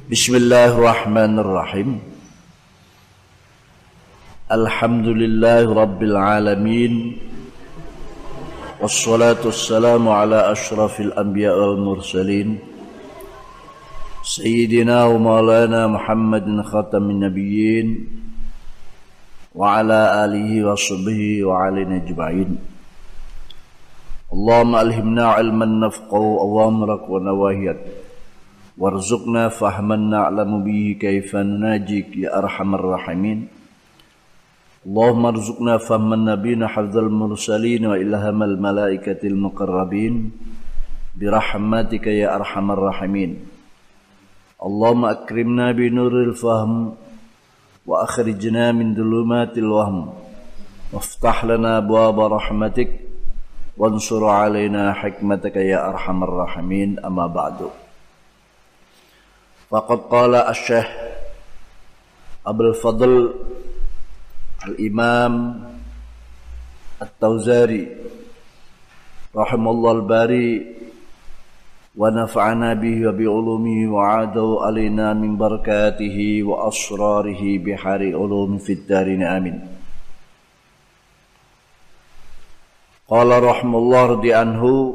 Bismillahirrahmanirrahim. Alhamdulillahi rabbil alamin. Wassalatu wassalamu ala ashrafil anbiya wal mursalin. Sayyidina wa maulana Muhammadin khatamin nabiyyin wa ala alihi wa sahbihi wa alina ajma'in. Allahumma alhimna ilman nafqahu, Allahumma rakwana wahiyat, warzuqna fahman na'lamu bihi kaifa nunajik ya arhamar rahimin. Allahumma arzuqna fahman nabiyina hafdzal mursalin wa ilhamal malaikatil muqarrabin birahmatika ya arhamar rahimin. Allahumma akrimna binuril fahm wa akhrijna min dhulumatil wahm waftah lana abwaaba rahmatik wansur alaina hikmataka ya arhamar rahimin. Amma ba'du. Faqad qala asy-Syaikh Abdul Fadl Al-Imam At-Tauzari rahimallahu al-bari wa nafa'ana bihi wa bi'ulumihi wa 'adaw alaina min barakatihi wa asrarihi bihari ulum fid darin amin. Qala rahimallahu radi anhu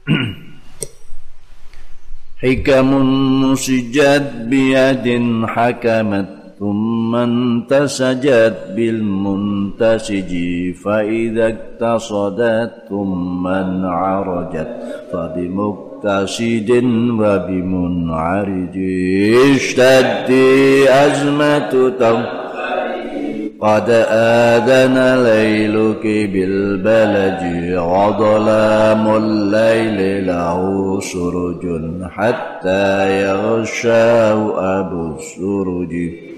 hikamun musijat biyadin hakamat thumma intasajat bil muntasiji fa idza iktasadat thumma arajat fa bi muktasidin wa bi munariji ishtaddi azmatu قد آذن ليلك بالبلج وظلام الليل له سرج حتى يغشاه أبو السرج.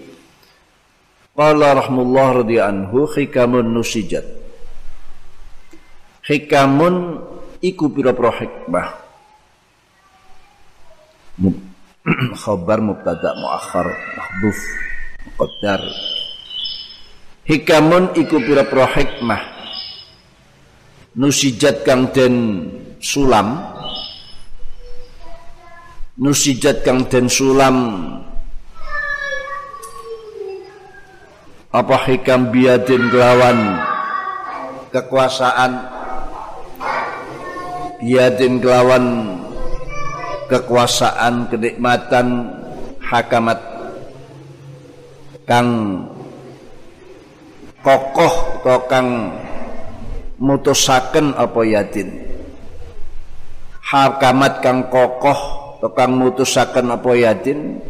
قال رحمه الله رضي عنه hikamun nusijat. Hikamun iku pira-pira hikmah. Khabar mubtada muakhar mahdhuf muqaddar. Hikamun iku pira-pira hikmah nusijat kang den sulam, nusijat kang den sulam apa hikam biadin kelawan kekuasaan, biadin kelawan kekuasaan kenikmatan, hakamat kang kokoh atau kang mutusaken apa yadin, hakamat kang kokoh atau kang mutusaken apa yadin,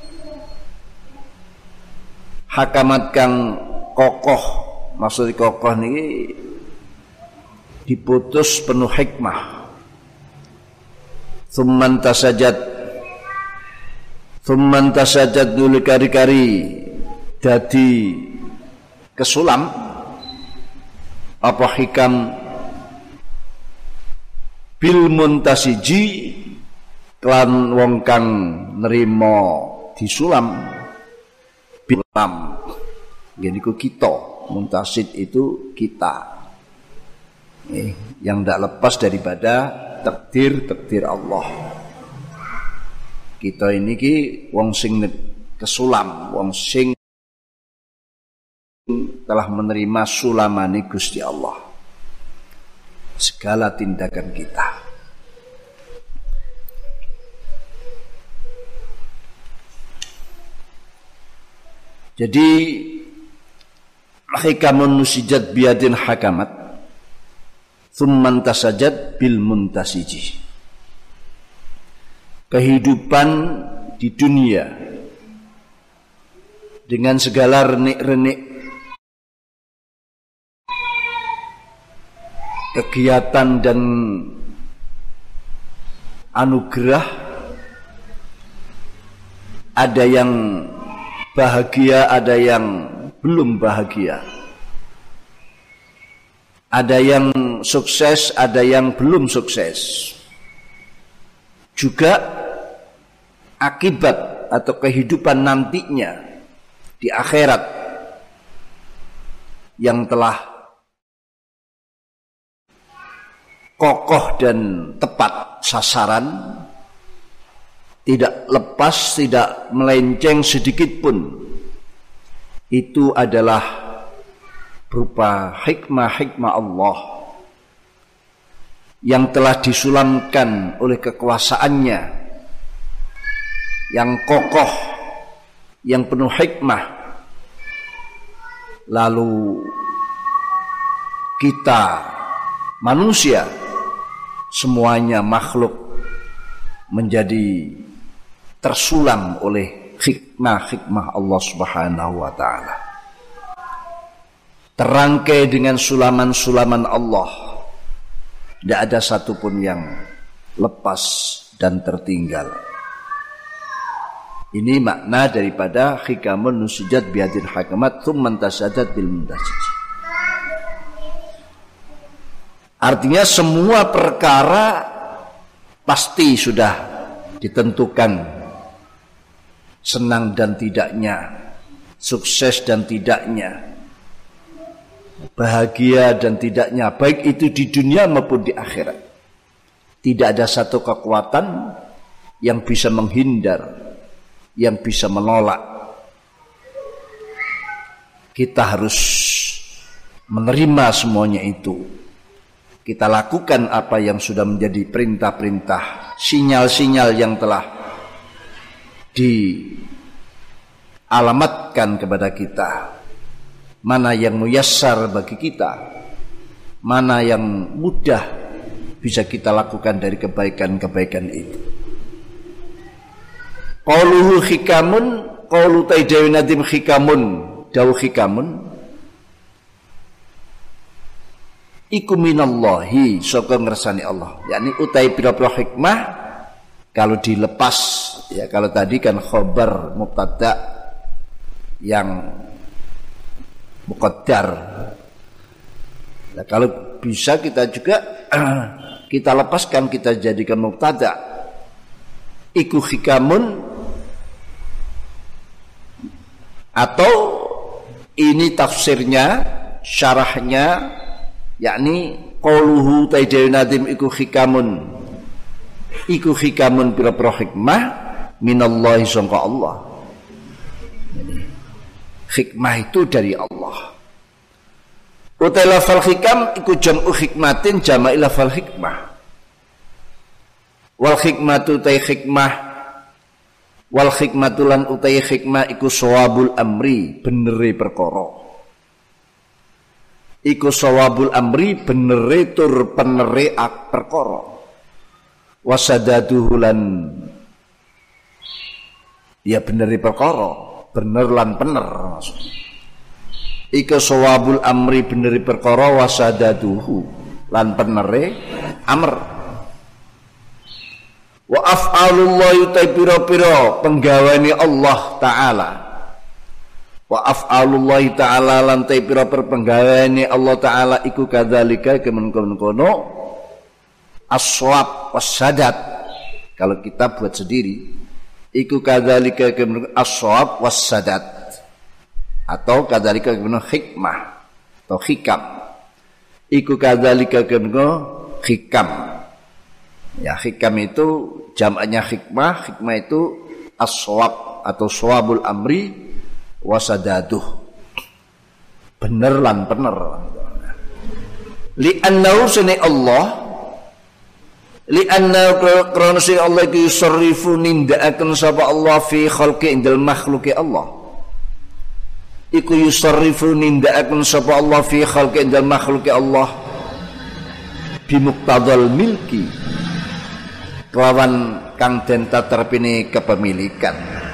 hakamat kang kokoh, maksud kokoh niki diputus penuh hikmah. Tsumman tasajad dulu kari-kari dadi kesulam apa hikam bil muntasiji klan wong kang nerima disulam bilam ngene iku kita. Muntasid itu kita yang tidak lepas daripada takdir Allah. Kita ini ki wong sing kesulam, wong sing telah menerima sulamani Gusti Allah segala tindakan kita. Jadi hikamun nusijat biadin hakamat thumman tasajat bil muntasiji. Kehidupan di dunia dengan segala renik-renik kegiatan dan anugerah, ada yang bahagia, ada yang belum bahagia, ada yang sukses, ada yang belum sukses. Juga akibat atau kehidupan nantinya di akhirat yang telah kokoh dan tepat sasaran tidak lepas, tidak melenceng sedikit pun. Itu adalah berupa hikmah-hikmah Allah yang telah disulamkan oleh kekuasaannya yang kokoh, yang penuh hikmah. Lalu kita manusia, semuanya makhluk menjadi tersulam oleh hikmah-hikmah Allah Subhanahu wa ta'ala. Terangkai dengan sulaman-sulaman Allah. Tidak ada satupun yang lepas dan tertinggal. Ini makna daripada hikamun nusijat biadil hakamat thumman tasadat bil mundasij. Artinya semua perkara pasti sudah ditentukan, senang dan tidaknya, sukses dan tidaknya, bahagia dan tidaknya, baik itu di dunia maupun di akhirat. Tidak ada satu kekuatan yang bisa menghindar, yang bisa menolak. Kita harus menerima semuanya itu. Kita lakukan apa yang sudah menjadi perintah-perintah, sinyal-sinyal yang telah dialamatkan kepada kita. Mana yang muyassar bagi kita, mana yang mudah bisa kita lakukan dari kebaikan-kebaikan itu. Qauluhu hikamun, qaulu taidawi nadim hikamun, dawu hikamun iku minallahi, saka ngersani Allah, yakni utai pira-pira hikmah kalau dilepas, ya kalau tadi kan khobar mubtada yang muqaddar. Nah, kalau bisa kita juga kita lepaskan, kita jadikan mubtada iku hikamun, atau ini tafsirnya, syarahnya, yakni qauluhu taidawi nadim iku hikamun, iku hikamun pira-pira hikmah minallahi sangka Allah. Hikmah itu dari Allah. Utai lafal hikam iku jam'u hikmatin, jama'i lafal hikmah. Wal hikmatu utai hikmah, wal hikmatu lan utai hikmah iku shawabul amri, beneri perkara. Iku shawabul amri, beneri tur peneri perkara. Wasadaduhu lan ya beneri perkara, bener lan pener maksudnya. Iku shawabul amri, beneri perkara, wasadaduhu lan peneri amr. Wa af'alullahi ta'ala, penggawane Allah Ta'ala. Wa af'alullahi ta'ala lan ta'ala, penggawane Allah Ta'ala iku kadzalika kemen-kono as-shawab was-sadat. Kalau kita buat sendiri iku kadzalika kemen as-shawab was-sadat, atau kadzalika kemen hikmah atau hikam. Iku kadzalika kemen hikam. Ya, hikam itu jam'nya hikmah, hikmah itu as-shawab atau shawabul amri wasadaduh, bener lan bener. Li'annahu suni Allah, li'annahu karena si Allah itu yusarrifu ninda'akan sapa Allah fi khalqi indal makhluki Allah. Iku yusarrifu ninda'akan sapa Allah fi khalqi indal makhluki Allah bimuqtadal milki, kelawan kang den taterpini kepemilikan.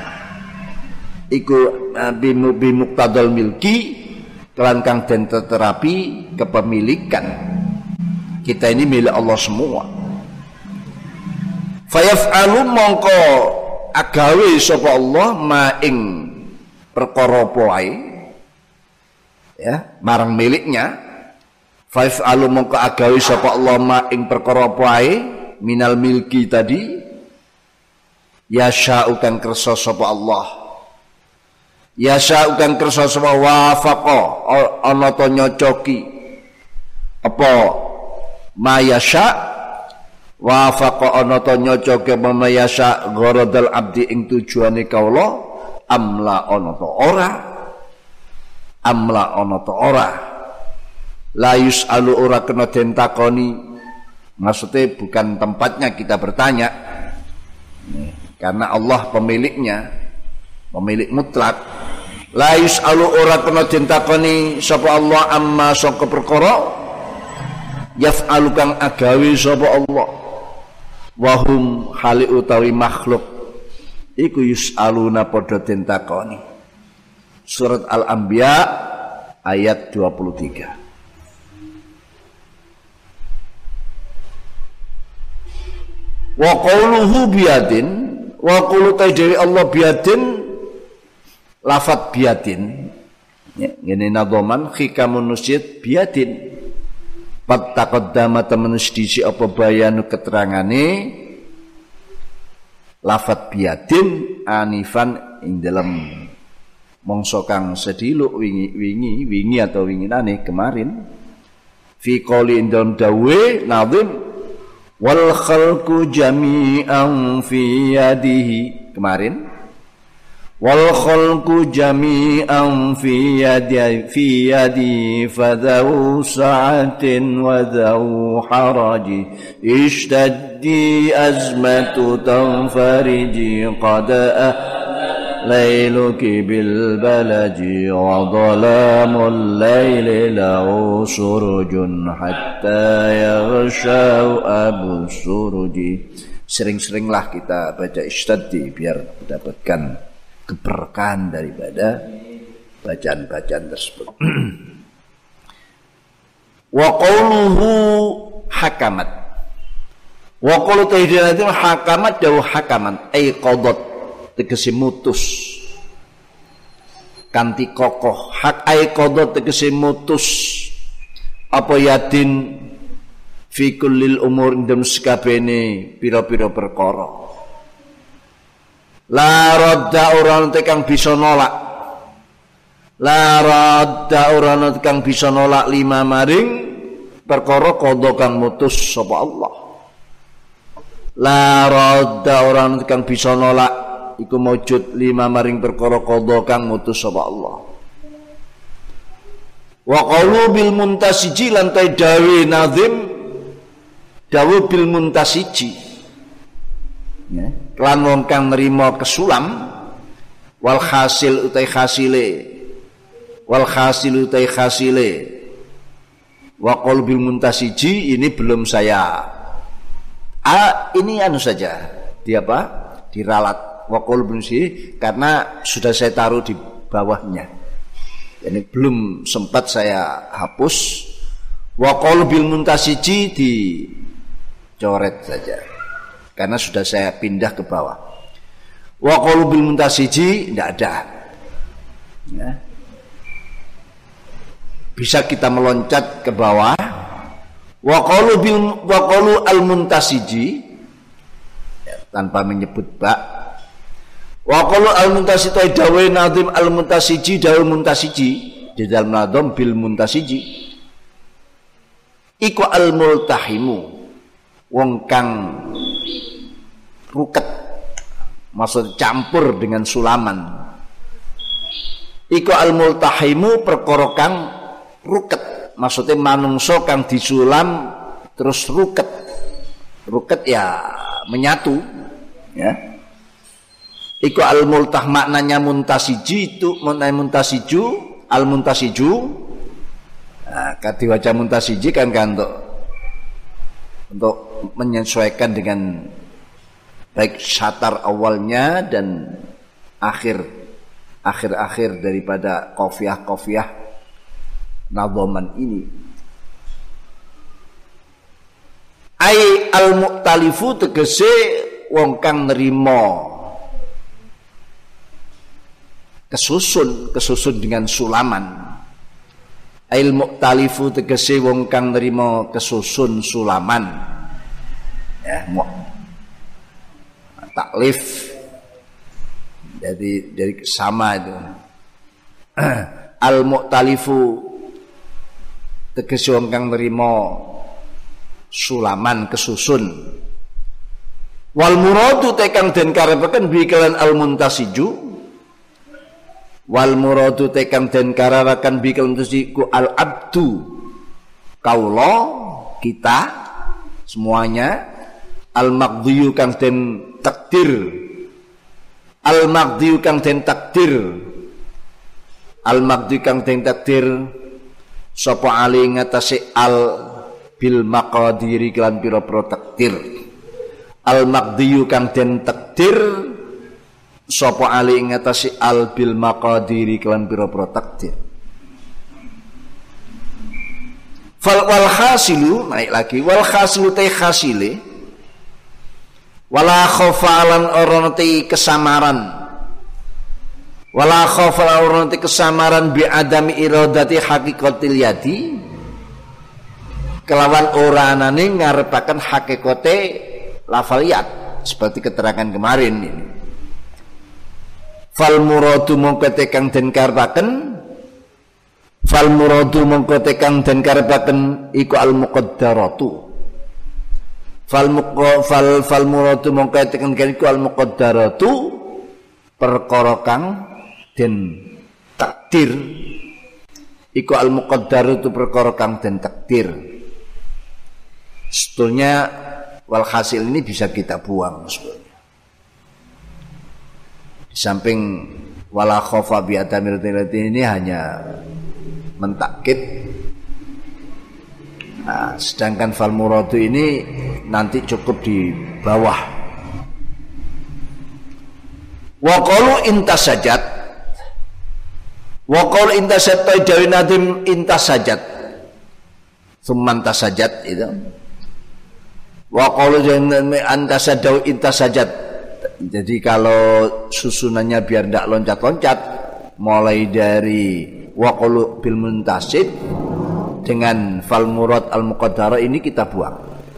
Iku bimuqtadal milki, kelawan kang den terapi kepemilikan. Kita ini milik Allah semua. Fayaf'alu mongko agawe sapa Allah ma ing perkara poe, ya marang miliknya. Fayaf'alu mongko agawe sapa Allah ma ing perkara poe minal milki tadi, yasha'u kang kersa sapa Allah, yasha'u kang kersa sapa wafaqa ana ta nyocoki apa ma yasha' wafaqa ana ta nyocoke mamayasa gharadal abdi ing tujuane kawula amla ana ta ora la yusalu ora kena den takoni, maksudnya bukan tempatnya kita bertanya karena Allah pemiliknya, pemilik mutlak. La yusalu ora kena den takoni sapa Allah amma saka perkara yaf'alu kang agawe sapa Allah wahum hali utawi makhluk iku yusaluna padha den takoni. Surat Al-Anbiya ayat 23. Wa qawluhu biyadin, wa qawlu ta'ala Allah biyadin, lafat biyadin ngene nadhaman khikamun nusyid biyadin pat taqaddama temen sedisi apa bayanu keterangane lafat biyadin anifan ing dalam mongso kang sediluk wingi atau winginane kemarin fi qouli ing dalam dawe nazim wal khalqu jami'an fi yadihi kemarin wal khalqu jami'an fi yadi fadhu sa'atin wa dhu haraji ishtaddi azmatu tanfariji qad lailuki bil balaji wa dhalamul laili lahu surujun hatta yaghshau abu suruji. Sering-seringlah kita baca ishtaddi biar mendapatkan keberkahan daripada bacaan-bacaan tersebut. Wa qawluhu hakamat, wa qawlu tahdinatin hakamat dawu hakaman ay qadat tegese mutus kanthi kokoh hak ay qadat tegese mutus apa yadin fi kullil umur indem sakabene pira-pira perkara. La radda ora kang bisa nolak. La radda ora kang bisa nolak lima maring perkara qada kang mutus sapa Allah. La radda ora kang bisa nolak iku maujud lima maring perkara qada kang mutus sapa Allah. Wa qalu bil muntasiji lan ta dawe nazim dawu bil muntasiji ya lan wong kang nrimo kesulam wal hasil utai hasile wa qalbil muntasiji ini belum saya ini anu saja di apa diralat wa qalbil muntasiji karena sudah saya taruh di bawahnya, ini belum sempat saya hapus. Wa qalbil muntasiji dicoret saja karena sudah saya pindah ke bawah. Wa qalbil muntasiji tidak ada ya. Bisa kita meloncat ke bawah. Wa qalu al muntasiji ya, tanpa menyebut ba. Wa qalu al muntasiji dawe nazim al muntasiji dawe muntasiji di dalam nazam bil muntasiji iku al multahimu wong kang ruket, maksud campur dengan sulaman. Iku al multahimu perkara kang ruket, maksudnya manungso kang disulam terus ruket. Ruket ya menyatu ya. Iku al multah maknanya muntasiji itu muntasiju al muntasiju. Nah, kati waca muntasiji kan untuk menyesuaikan dengan baik syatar awalnya dan akhir daripada qafiyah nadhaman ini. Ai al muktalifu tegese wong kang nerima kesusun dengan sulaman. Ai al muktalifu tegese wong kang nerima kesusun sulaman ya taklif dari sama itu. Al muktalifu tegese wong kang nerima sulaman kesusun Wal muradu tekang den karepaken bi kelan al muntasiju. Wal muradu tekang den karepaken bi kelan ku al abdu kaula kita semuanya al maqdiyu kang den takdir al maqdiyu kang den takdir al maqdi kang den takdir sapa ali ngatasé al bil maqadiri kelan pira-pira takdir al maqdiyu kang den takdir sapa ali ngatasé al bil maqadiri kelan pira-pira takdir. Wal khasilu naik lagi wal khasilu te khasile wala khofalan orang te kesamaran wala khofalan orang te kesamaran bi adami iradati hakikatil yadi kelawan ora anane ngarepaken hakikate lafal yad seperti keterangan kemarin ini. Fal muradu mongko tekang den karepaken fal muradu mongko tekang den karepaken iku al muqaddaratu fal muradu mongko tekang iku al muqaddaratu perkara kang den takdir iku al muqaddaratu perkara kang den takdir. Sebetulnya walhasil ini bisa kita buang sebetulnya. Di samping wala khofa bi adamir ini hanya mentakkid. Nah, sedangkan fal muradu ini nanti cukup di bawah. Wa qalu intasajat. Wa qalu intasajat jawi nadim intasajat. Summan tasajat itu. Wa qalu antasajau intasajat. Jadi kalau susunannya biar tidak loncat-loncat mulai dari wa qalu bil muntasib dengan fal murad al muqaddara ini kita buang.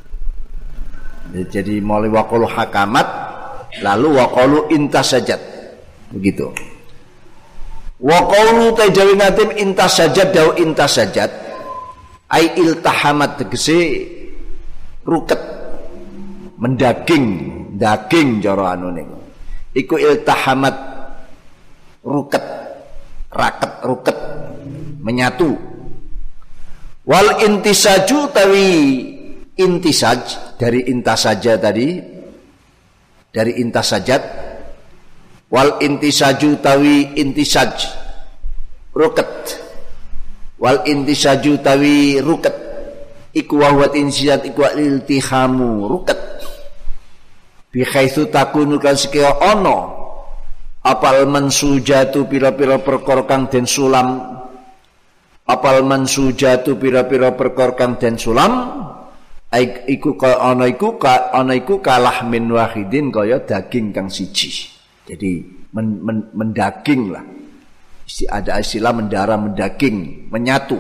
Jadi mulai wa qalu hakamat lalu wa qalu intasajat begitu. Wa qalu tajawi natim intasajat dau intasajat ai iltahamat tegese ruket mendaging daging cara anu niku iku iltahamat ruket raket ruket menyatu. Wal intisaju tawi intisaj dari intasaja tadi dari intasajat wal intisaju tawi intisaj ruket wal intisaju tawi ruket iku wahwat insijat iku iltihamu ruket bi haitsu takunu kan sekira ono apal mansujatu pira-pira perkara kang den sulam apal mansujatu pira-pira perkara kang den sulam iku ana iku kalah min wahidin kaya daging kang siji. Jadi mendaging lah. Ada istilah mendarah mendaging, menyatu.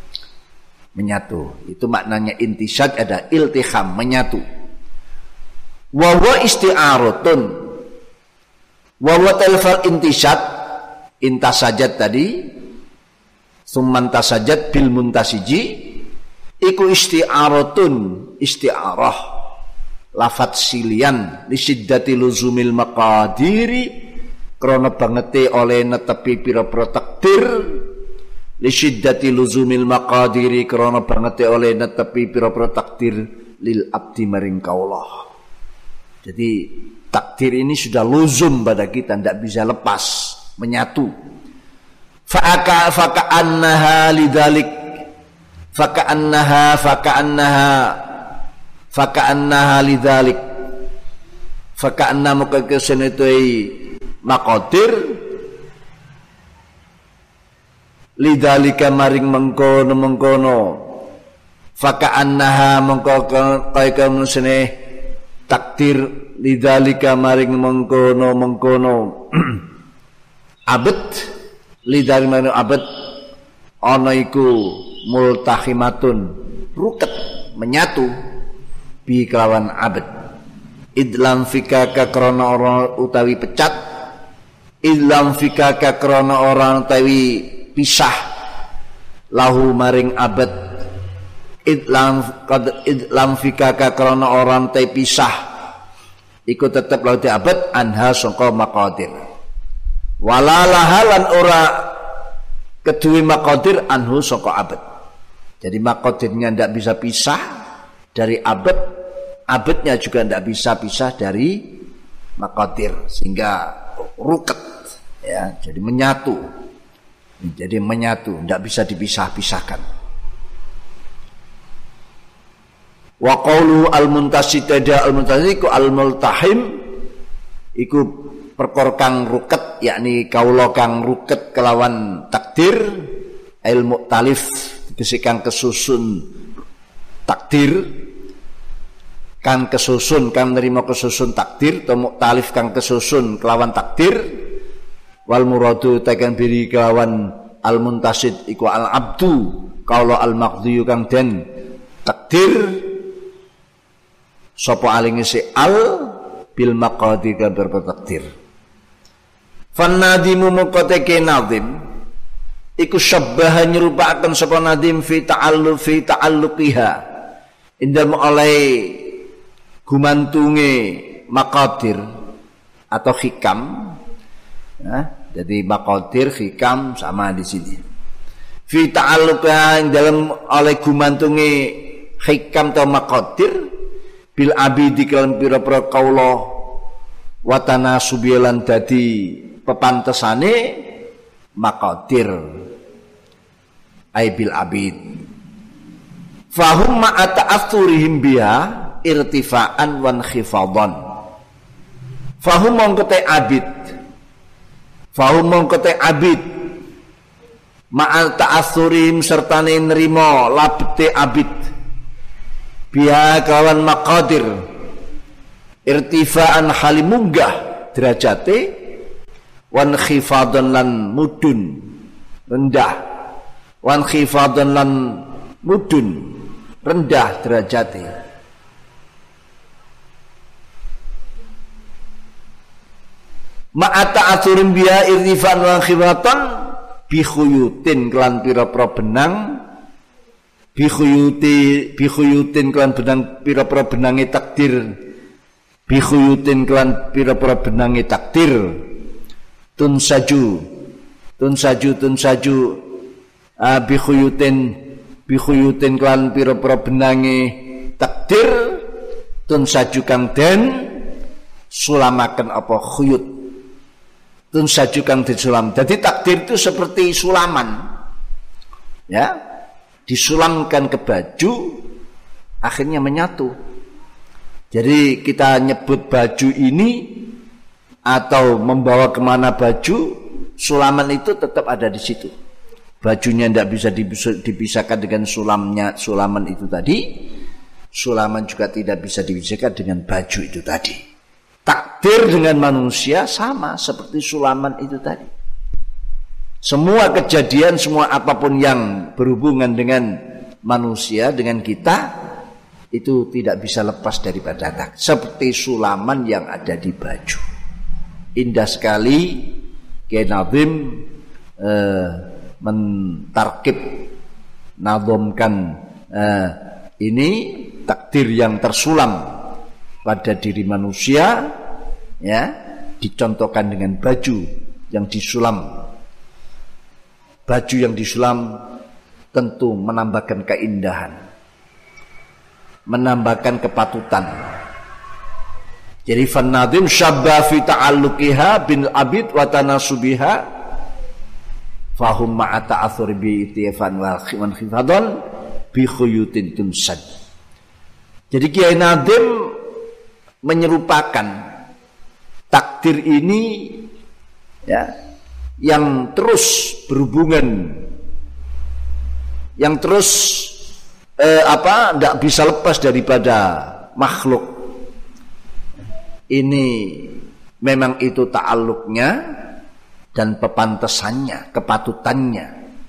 Itu maknanya intisad ada iltiham, menyatu. Wa wa isti'aratun. Wa wa talfal intisad intasajat tadi summan tasajat bil muntasiji iku isti'aratun isti'arah lafat silian li siddati luzumil maqadiri krana bangete oleh netepi pira-pira takdir li siddati luzumil maqadiri krana bangete oleh netepi pira-pira takdir lil abdi maring kaulah. Jadi takdir ini sudah luzum pada kita, tidak bisa lepas, menyatu. Faka'annaha lidalik faka'annaha lidalik faka'anna muka kesenetui maqadir lidalika maring mengkono faka'annaha mengko kaya kemusene takdir lidalika maring mengkono abad lidari maring abad ana iku multahimatun ruket menyatu bi kelawan abad idlam fikaka krana ora utawi pecat idlam fikaka krana ora utawi pisah lahu maring abad idlam fikaka krana ora utawi pisah iku tetep lauti abad anha sangka maqadir walalahalan ora kedue maqadir anhu sangka abad. Jadi maqadirnya ndak bisa pisah dari abad, abadnya juga ndak bisa pisah dari maqadir, sehingga ruket ya, jadi menyatu. Jadi menyatu, ndak bisa dipisah-pisahkan. Wa qawlu al-muntasid tada al-muntasid iku al-multahim iku perkara kang ruket, yakni kaula kang ruket kelawan takdir, al-mu'talif tegese kang kesusun takdir, kang kesusun kang nerima kesusun takdir, atau mu'talif kang kesusun kelawan takdir, wal muradu tekan biri kelawan al-muntasid iku al-abdu kaula al-maqdiyu kang den takdir sapa alinge si al bil maqadir kan bertakdir. Fan nadimu muqatake nadim iku syabbaha nyerupaken sapa nadim fi ta'alluqiha indal oleh gumantunge maqadir atau hikam ya, jadi maqadir hikam sama di sini. Fi ta'alluqiha dalam oleh gumantunge hikam atau maqadir bil abidi kelan pira-pira kaula watana subielan dadi pepantesane maqadir ai bil abid fahum ma ta'athurihim biha irtifa'an wan khifadan. Fahum mongkote abid, fahum mongkote abid ma ta'athurihim sertane nerima labete abid biha kawan maqadir irtifa'an halimunggah derajate wan khifadan lan mudun rendah, wan khifadan lan mudun rendah derajate. Ma'ata aturin biha irtifa'an wan khifadan bi khuyutin kelan pira-pira benang, bikhuyutin kelan benang pira-pira benange takdir, bikhuyutin kelan pira-pira benange takdir tunsaju bikhuyutin kelan pira-pira benange takdir tunsaju kang den sulamaken apa khuyut, tunsaju kang disulam. Jadi takdir itu seperti sulaman ya, disulamkan ke baju akhirnya menyatu. Jadi kita nyebut baju ini atau membawa kemana baju, sulaman itu tetap ada di situ. Bajunya tidak bisa dipisahkan dengan sulaman itu tadi, sulaman juga tidak bisa dipisahkan dengan baju itu tadi. Takdir dengan manusia sama seperti sulaman itu tadi. Semua kejadian, semua apapun yang berhubungan dengan manusia, dengan kita, itu tidak bisa lepas daripada takdir. Seperti sulaman yang ada di baju. Indah sekali Kiai Nazim mentarkib, nazomkan ini takdir yang tersulam pada diri manusia, ya, dicontohkan dengan baju yang disulam. Baju yang disulam tentu menambahkan keindahan, menambahkan kepatutan. Jadi fannadim syabba fi ta'alluqiha bil abid wa tanasubiha fahum ma'a ta'athur bi itifan wal khifadon bi khuyutin tunsad. Jadi Kiai Nadim menyerupakan takdir ini ya, yang terus berhubungan, yang terus tidak bisa lepas daripada makhluk. Ini memang itu ta'alluqnya dan pepantesannya, kepatutannya.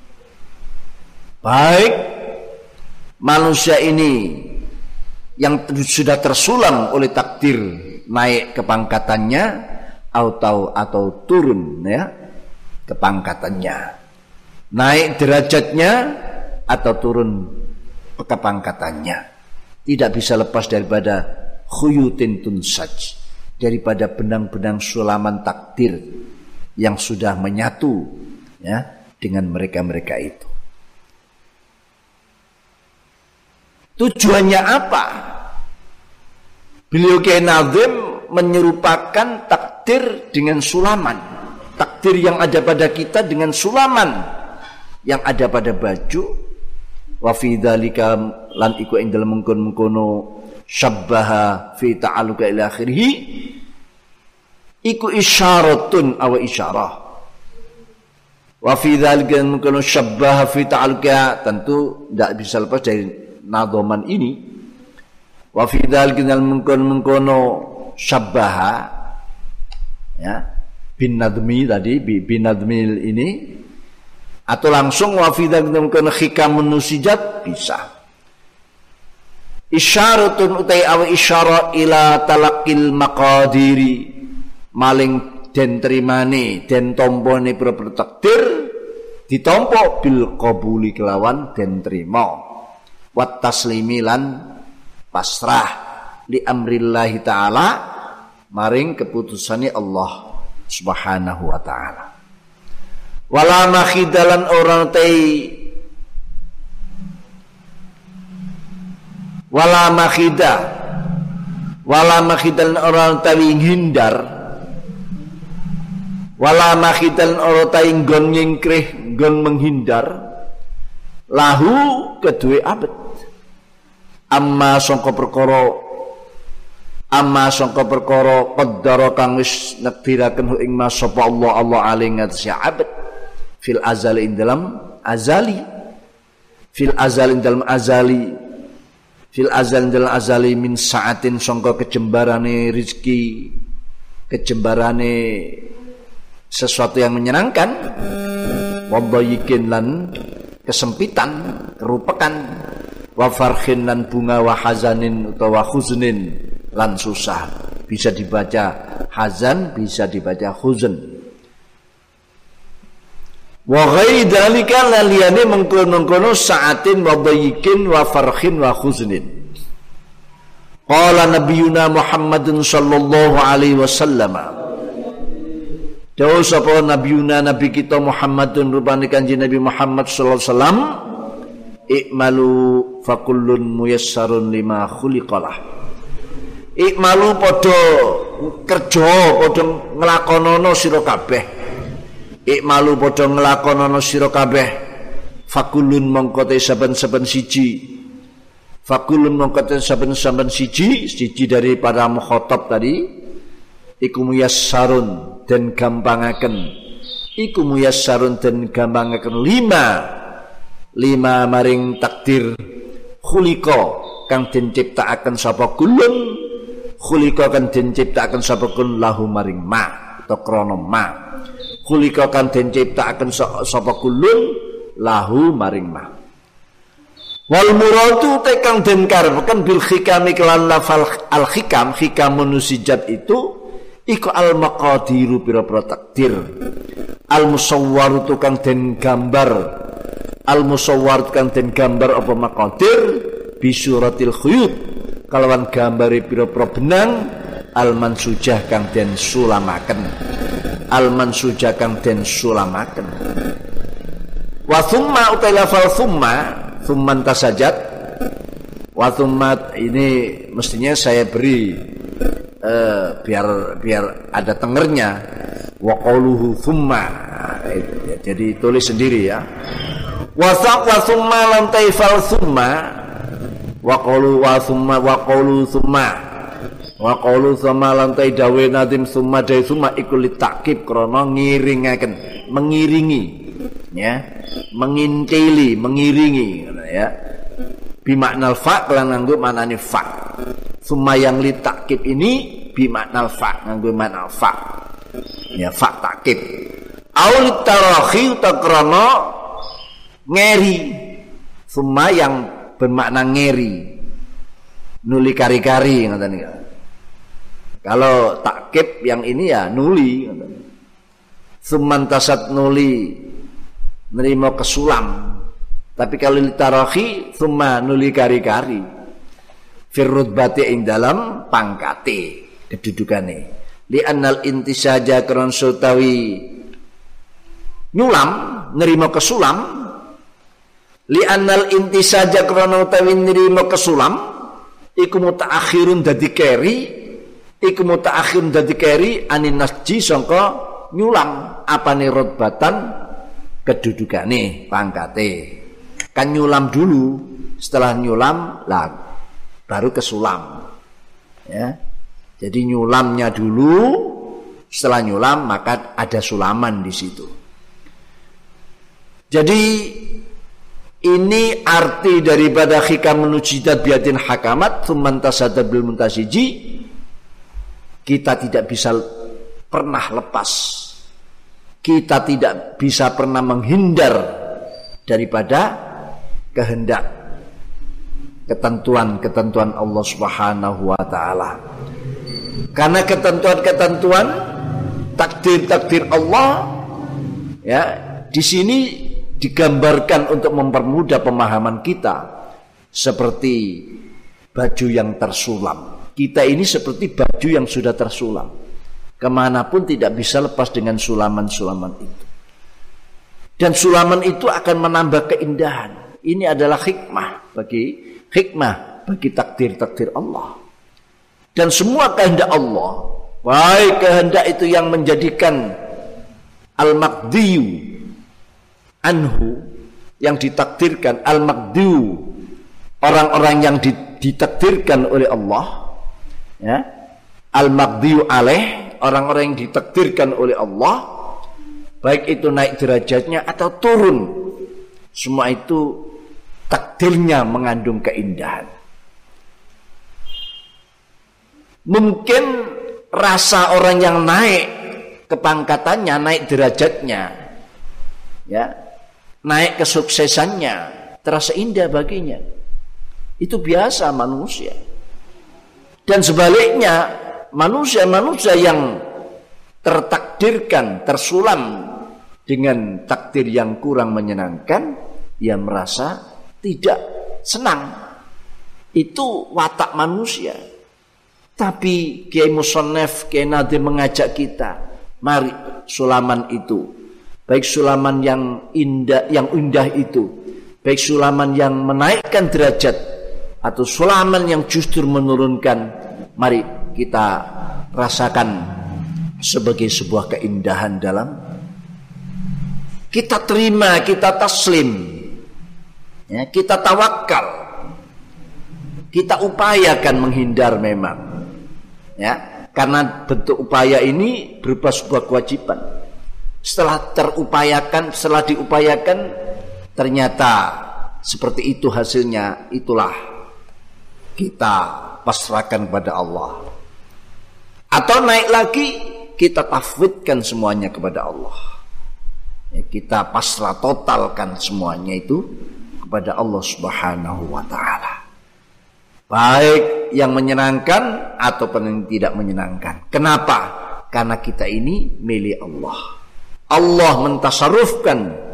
Baik manusia ini yang sudah tersulam oleh takdir naik kepangkatannya atau turun ya kepangkatannya, naik derajatnya atau turun kepangkatannya, tidak bisa lepas daripada khuyutin tunsaj, daripada benang-benang sulaman takdir yang sudah menyatu ya dengan mereka-mereka itu. Tujuannya apa? Beliau Kiai Nazim menyerupakan takdir dengan sulaman. Takdir yang ada pada kita dengan sulaman yang ada pada baju. Wa fi dzalika lan iku ing dalem mengkono syabbaha fi ta'alluqa ila akhirih iku isyaratun aw isyarah. Wa fi dzalika mengkono syabbaha fi ta'alluqa, tentu tidak bisa lepas dari nadhaman ini. Wa fi dzalika mengkono syabbaha ya bin nadmi tadi bin nadmil ini, atau langsung wa fi dzalika mengkono hikamun nusijat bisa. Isyaratun utai aw isyara ila talaqil maqadiri, maling den terimane den tompone pira-pira takdir ditampa bil qabuli kelawan den trima wat taslimi lan pasrah li amrillahi taala maring keputusane Allah Subhanahu wa taala. Wala makhidalan orang tai wala makhidalan orang tawi hindar, wala makhidalan orang tawi nggon nyingkrih nggon menghindar lahu kedue abet amma sangka perkara qaddara kang wis nekdiraken hu ing mas sapa Allah aling ngatasi abet fil azali ing dalam azali fil dalam azali min saatin sangka kejembarane rezeki, kejembarane sesuatu yang menyenangkan, wadhayikin lan kesempitan, kerupekan, wa farhin lan bunga, wa hazanin utawa khuznin lan susah. Bisa dibaca hazan, bisa dibaca khuzn. Wa ghairi dzalika liyane mengkono saatin wa dhayikin wa farhin wa khuznin. Qala nabiyuna Muhammadun sallallahu alaihi wasallam. Dawuh sapa nabiyuna nabi kita Muhammadun rupane kanjeng Nabi Muhammad sallallahu alaihi wasallam, ikmalu fakullun muyassarun lima khuliqalah. Ikmalu padha kerja, padha nglakonana sira kabeh. Ikmalu padha nglakonana sira kabeh, fakulun mongko te saben-saben siji, fakulun mongko te saben-saben siji dari para mukhatab tadi, iku muyassarun dan gampangaken, iku muyassarun dan gampangaken lima maring takdir khuliqa kang den ciptakaken sapa kulun, khuliqa kang den ciptakaken sapa kulun lahu maring ma atau krana ma. Kulika kan den ciptakaken sapa kulun lahu maring ma. Wal muradu tekang den karepaken bil hikami kelan lafal al hikam, hikamun nusijat itu iku al maqadiru pira-pira takdir. Al musawwar tukang den gambar, al musawwar kang den gambar apa maqadir bi suratil khuyut kalawan gambare pira-pira benang al mansujah kang den sulamaken. Al-mansujah kang den sulamaken. Wa thumma utai lafal thumma tasajat. Wa thumma ini mestinya saya beri biar ada tengernya. Wa qauluhu thumma. Jadi tulis sendiri ya. Wa thumma lam taifal thumma. Wa qaulu thumma. Wa qaulu sama lantai dawe nadim summa dai summa iku litakib krana ngiringaken, mengiringi ya, mengintili, mengiringi ya. Bi maknal fa lan nganggo maknane fa. Summa yang litakib ini bi maknal fa, nganggo makna fa. Ya fa takib. Au litarahi utakrana ngeri. Summa yang bermakna ngeri. Nuli kari-kari ngoten iki. Kalau takkib yang ini ya nuli. Sumantasat nuli nerima kesulam. Tapi kalau litarahi summa nuli kari-kari. Firrudbati ing dalam pangkate. kedudukane. Li annal intisaja kron sutawi nyulam nerima kesulam, li annal intisaja kron utawi nerima kesulam iku mutaakhirun dadi keri, iku mutaakhirun dadi keri anin nasji sangka nyulam apane rotbatan kedudukane pangkate. Kan nyulam dulu, setelah nyulam lah baru kesulam. Ya. Jadi nyulamnya dulu, setelah nyulam maka ada sulaman di situ. Jadi ini arti daripada hikam nujidat biadin hakamat thumman tasadad bil muntasiji. Kita tidak bisa pernah lepas, kita tidak bisa pernah menghindar daripada kehendak ketentuan-ketentuan Allah Subhanahu wa taala. Karena ketentuan-ketentuan takdir-takdir Allah ya, di sini digambarkan untuk mempermudah pemahaman kita seperti baju yang tersulam. Kita ini seperti baju yang sudah tersulam. Kemanapun tidak bisa lepas dengan sulaman-sulaman itu. Dan sulaman itu akan menambah keindahan. Ini adalah hikmah bagi takdir-takdir Allah. Dan semua kehendak Allah, baik kehendak itu yang menjadikan al-maqdiyu anhu, yang ditakdirkan, al-maqdiyu orang-orang yang ditakdirkan oleh Allah, ya, al-maqdiyu alaih orang-orang yang ditakdirkan oleh Allah, baik itu naik derajatnya atau turun, semua itu takdirnya mengandung keindahan. Mungkin rasa orang yang naik kepangkatannya, naik derajatnya, ya, naik kesuksesannya terasa indah baginya. Itu biasa manusia. Dan sebaliknya manusia-manusia yang tertakdirkan, tersulam dengan takdir yang kurang menyenangkan, ia merasa tidak senang. Itu watak manusia. Tapi Kiai Musannaf, Kiai Nadim mengajak kita, mari sulaman itu, baik sulaman yang indah itu, baik sulaman yang menaikkan derajat atau sulaman yang justru menurunkan, mari kita rasakan sebagai sebuah keindahan dalam kita terima, kita taslim, ya, kita tawakal, kita upayakan menghindar memang, ya, karena bentuk upaya ini berupa sebuah kewajiban. Setelah diupayakan ternyata seperti itu hasilnya, itulah kita pasrahkan kepada Allah. Atau naik lagi, kita tafwidkan semuanya kepada Allah, ya, kita pasrah totalkan semuanya itu kepada Allah Subhanahu wa ta'ala, baik yang menyenangkan ataupun yang tidak menyenangkan. Kenapa? Karena kita ini milik Allah. Allah mentasarrufkan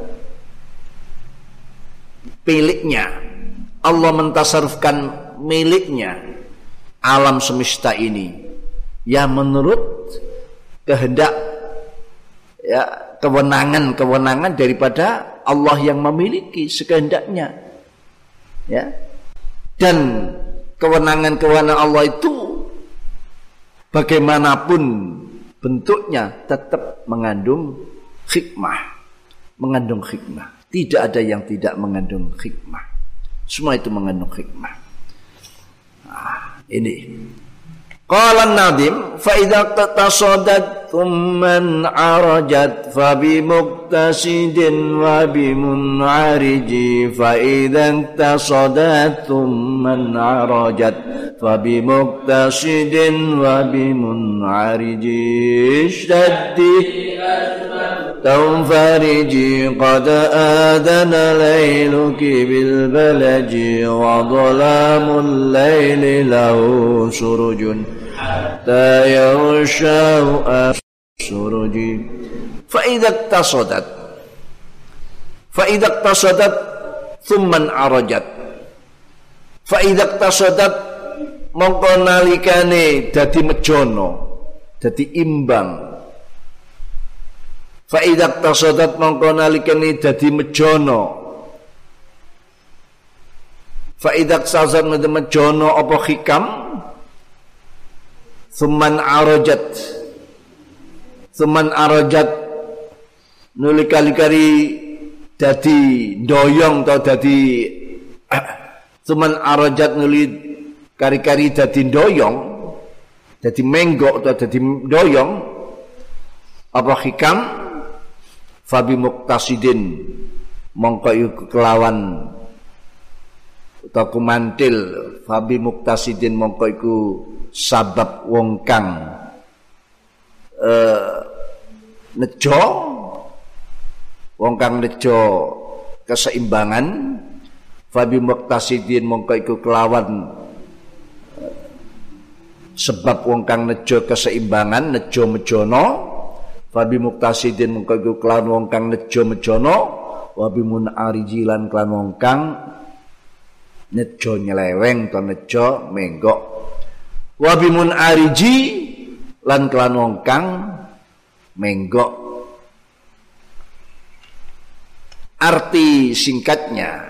miliknya, Allah mentasarrufkan miliknya alam semesta ini, ya, menurut kehendak, ya, kewenangan daripada Allah yang memiliki sekehendaknya, ya. Dan kewenangan Allah itu bagaimanapun bentuknya tetap mengandung hikmah. Tidak ada yang tidak mengandung hikmah. Semua itu mengandung hikmah. Nah, ini qala an-nadim fa idza tasadat thumman arajat fa bi muqtasidin wa bi munariji fa idza tasadat thumman arajat fa bi muqtasidin wa bi munariji shaddi tanfariji qad adana layluki bil balaji wa dhalamul layli lahu surujun hatta yaghshahu as-suruji fa idza tasadat thumman arajat fa idza tasadat mongko nalikane dadi mejono, dadi imbang. Fa idza tasadat mongko nalikane dadi mejono. Fa idza tasadat mejono apa hikam? Summan arajat nuli kali-kali dadi doyong atau dadi summan arajat nuli kari-kari dadi doyong, dadi menggok atau dadi doyong apa hikam? Fabi muktasidin mongko iku kelawan utawa kumantil, fabi muktasidin mongko iku sabab wong kang nejo, wong kang nejo keseimbangan. Fabi muktasidin mongko iku kelawan sebab wong kang nejo keseimbangan, nejo mejono. Fabi muktasidin mongko iku kelawan wong kang nejo mejono. Wabi munariji lan kelawan wong kang nejo nyeleweng to nejo menggok. Wabi munariji lan kelawan wong kang menggok. Arti singkatnya,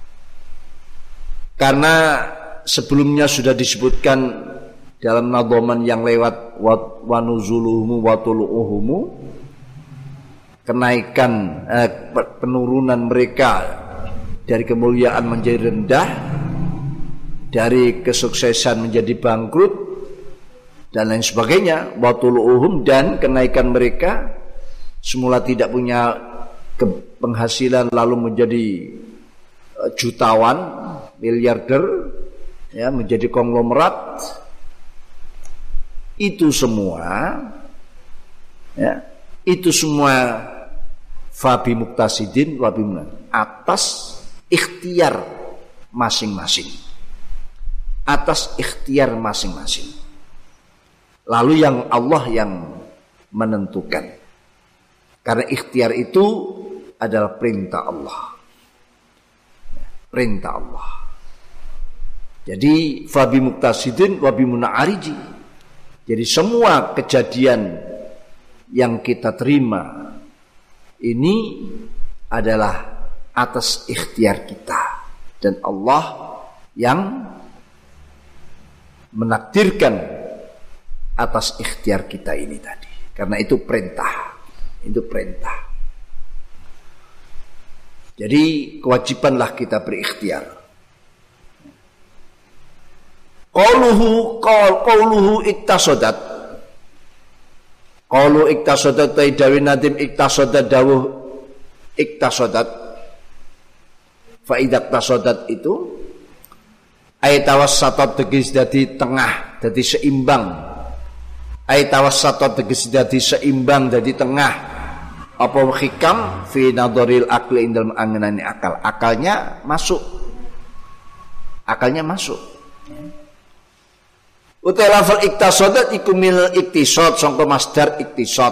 karena sebelumnya sudah disebutkan dalam nadhaman yang lewat wa nuzuluhumu wa tulu'uhumu, kenaikan penurunan mereka dari kemuliaan menjadi rendah, dari kesuksesan menjadi bangkrut dan lain sebagainya. Wa tulu'uhum, dan kenaikan mereka semula tidak punya penghasilan lalu menjadi jutawan, miliarder, ya, menjadi konglomerat. Itu semua, ya, itu semua fabi muktasidin wabi atas ikhtiar masing-masing, atas ikhtiar masing-masing. Lalu yang Allah yang menentukan, karena ikhtiar itu adalah perintah Allah, perintah Allah. Jadi fabi muktasidin wabi munariji. Jadi semua kejadian yang kita terima ini adalah atas ikhtiar kita, dan Allah yang menakdirkan atas ikhtiar kita ini tadi. Karena itu perintah, itu perintah. Jadi kewajibanlah kita berikhtiar. Qauluhu iktasadat. Qaulu iktasadat taidawi nadim iktasadat dawuh iktasadat. Fa idza iktasadat itu ay tawassatat tegese dadi tengah, dadi seimbang. Ay tawassatat tegese dadi seimbang, dadi tengah. Apa hikam fi nadharil aqli indal angenani akal. Akalnya masuk. Akalnya masuk. Utai lafal iktasadat iku mil iktisad sangka masdar iktisad.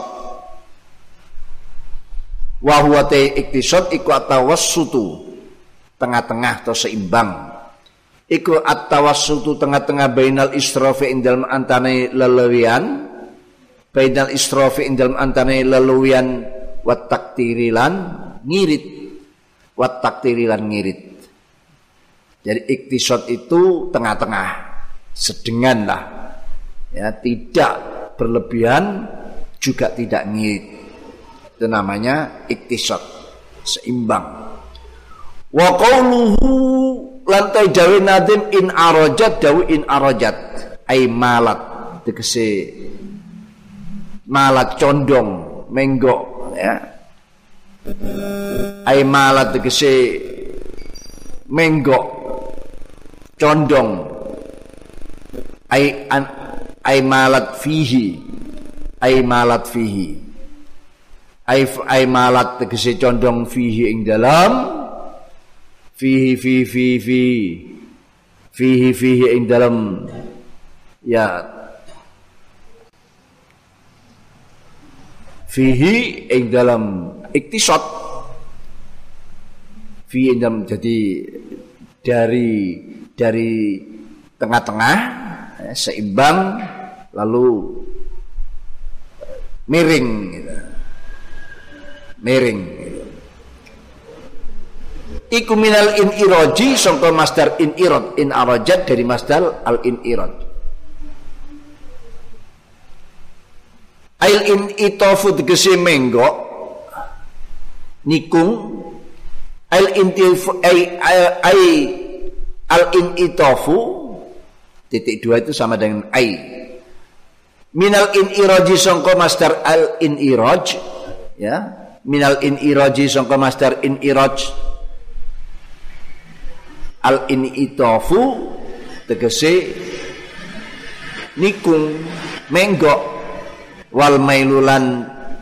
Wa huwa ta iktisad iku atawassutu, tengah-tengah atau seimbang. Iku atawassutu tengah-tengah bainal israfi indal antane lelewian, bainal israfi indal antane lelewian wat taktirilan ngirit, wat taktirilan ngirit. Jadi iktisad itu tengah-tengah, sedengan lah, ya, tidak berlebihan juga tidak ngirit. Itu namanya iktisad, seimbang. Wa qauluhu lantai dawe nadim in arajat, dawe in arajat ay malat, tegese malat condong menggok, ya, ay malat tegese menggok condong, ay malat fihi, ay malat fihi, ay malat tegese condong fihi ing dalam, fihi ing dalam, ya, fihi ing dalam iktisad, fihi ing dalam, jadi dari tengah-tengah seimbang lalu miring gitu. Miring gitu. Iku minal iniraji sangka masdar inirad, inarajat dari masdar al-inirad. Ail initafu tegese menggok nikung al intifu ai al initafu titik dua itu sama dengan ai minal iniraji sangka masdar al iniraj ya minal iniraji sangka masdar iniraj al initafu tegese nikung menggok wal mailulan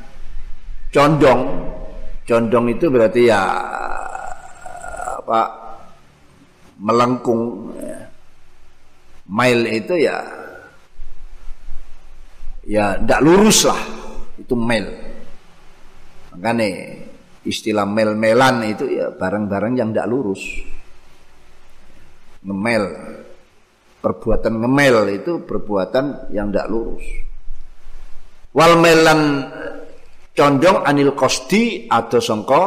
condong itu berarti ya apa melengkung ya. Mail itu ya tidak lurus lah, itu mail. Makanya istilah mel-melan itu ya barang-barang yang tidak lurus. Ngemel, perbuatan ngemel itu perbuatan yang tidak lurus. Wal melan condong anil qasdi atau sangka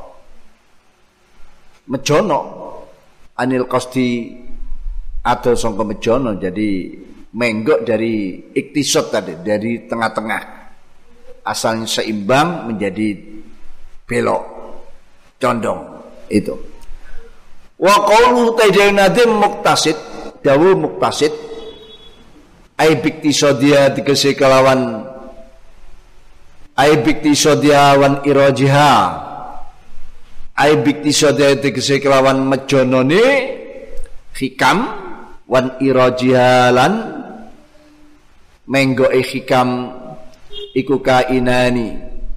mejono, anil qasdi atau sangka mejono, jadi menggok dari iktisad tadi, dari tengah-tengah, asalnya seimbang menjadi belok, condong itu. Wa qawlu tajainadim muktasid, dawu muktasid ai biktisadia dikese kelawan ai biktisadia wan irajiha ai biktisadia dikese kelawan mejonone hikam wan irajihalan menggo hikam iku kainani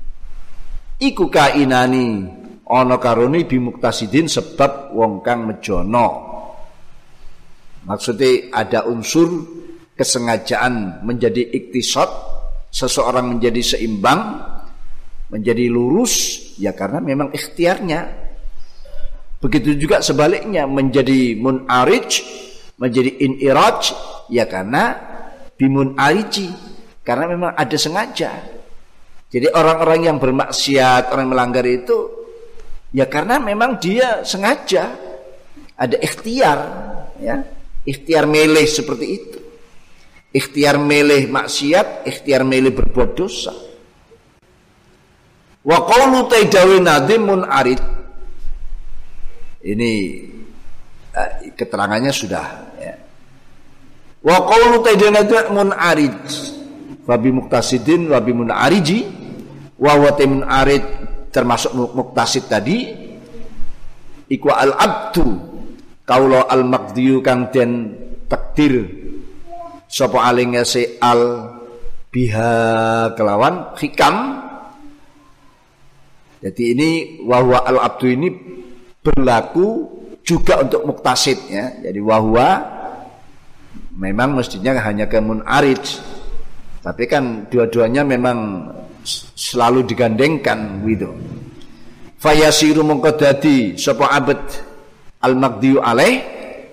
ana karone bimuktasidin sebab wong kang mejono. Maksudnya ada unsur kesengajaan menjadi iktisad, seseorang menjadi seimbang, menjadi lurus ya karena memang ikhtiarnya. Begitu juga sebaliknya menjadi mun'arij, menjadi iniraj ya karena bimun'ariji, karena memang ada sengaja. Jadi orang-orang yang bermaksiat, orang yang melanggar itu ya karena memang dia sengaja, ada ikhtiar ya, ikhtiar milih seperti itu. Ikhtiar milih maksiat, ikhtiar milih berbuat dosa. Wa qawlu taidawi nadim mun'arid. Ini keterangannya sudah ya. Wa qawlu taidawi nadim mun'arid wa bi muqtasidin wa bi mun'ariji wa wa mun'arid termasuk muqtasid tadi iku al-abdu kaula al-maqdiyu kang den takdir sapa alinge se al biha kelawan hikam. Jadi ini wahwa al-abdu ini berlaku juga untuk muqtasid ya. Jadi wahwa memang mestinya hanya ke mun'arij, tapi kan dua-duanya memang selalu digandengkan gitu. Fayasiru mongko dadi sapa abad al-maqdiyu alaih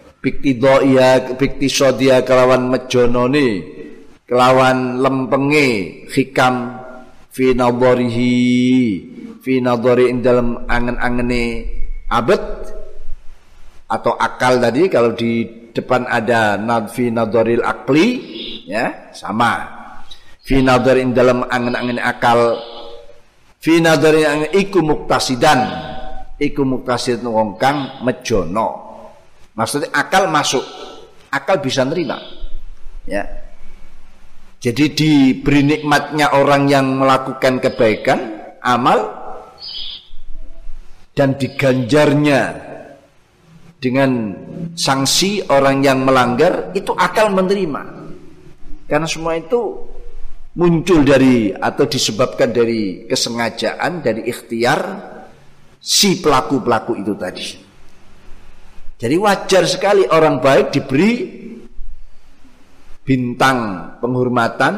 biktisodia kelawan mejonone kelawan lempenge hikam fi nadhari ing dalam angen-angene abad atau akal tadi. Kalau di depan ada fi nadharil aqli ya sama. Fi nadharin dalam angen-angen akal, fi nadharin iku muktasidan, iku muktasid wong kang mejono. Maksudnya akal masuk, akal bisa nerima ya. Jadi diberi nikmatnya orang yang melakukan kebaikan amal dan diganjarnya dengan sanksi orang yang melanggar, itu akal menerima karena semua itu muncul dari atau disebabkan dari kesengajaan, dari ikhtiar si pelaku-pelaku itu tadi. Jadi wajar sekali orang baik diberi bintang penghormatan,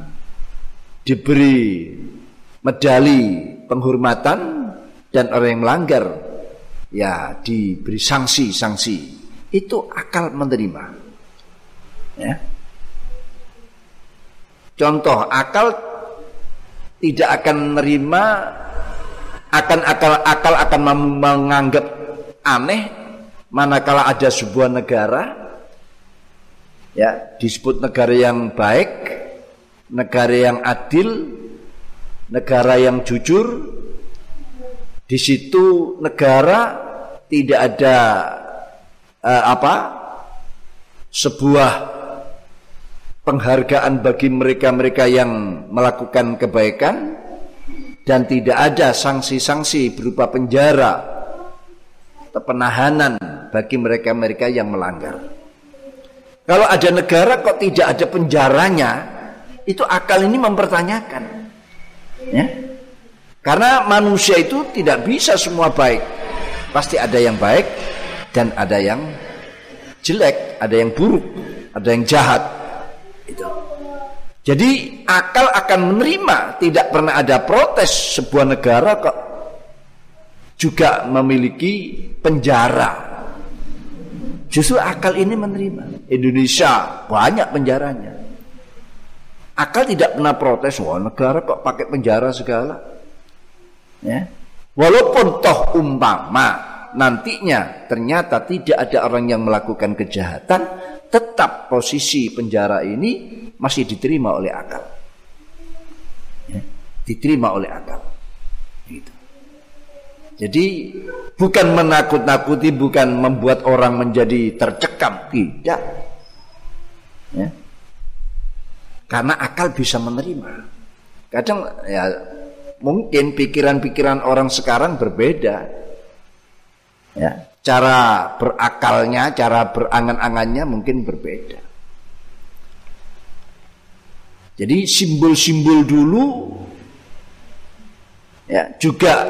diberi medali penghormatan, dan orang yang melanggar ya diberi sanksi-sanksi. Itu akal menerima ya. Contoh, akal tidak akan menerima, akal akan menganggap aneh manakala ada sebuah negara, ya, disebut negara yang baik, negara yang adil, negara yang jujur. Di situ negara tidak ada sebuah penghargaan bagi mereka-mereka yang melakukan kebaikan, dan tidak ada sanksi-sanksi berupa penjara atau penahanan bagi mereka-mereka yang melanggar. Kalau ada negara kok tidak ada penjaranya, itu akal ini mempertanyakan, ya. Karena manusia itu tidak bisa semua baik. Pasti ada yang baik dan ada yang jelek, ada yang buruk, ada yang jahat. Itu. Jadi akal akan menerima, tidak pernah ada protes sebuah negara kok juga memiliki penjara. Justru akal ini menerima. Indonesia banyak penjaranya. Akal tidak pernah protes, wah negara kok pakai penjara segala. Ya. Walaupun toh umpama nantinya ternyata tidak ada orang yang melakukan kejahatan, tetap posisi penjara ini masih diterima oleh akal, ya, diterima oleh akal. Gitu. Jadi bukan menakut-nakuti, bukan membuat orang menjadi tercekam, tidak. Ya. Karena akal bisa menerima. Kadang ya mungkin pikiran-pikiran orang sekarang berbeda, ya, cara berakalnya, cara berangan-angannya mungkin berbeda. Jadi simbol-simbol dulu, ya, juga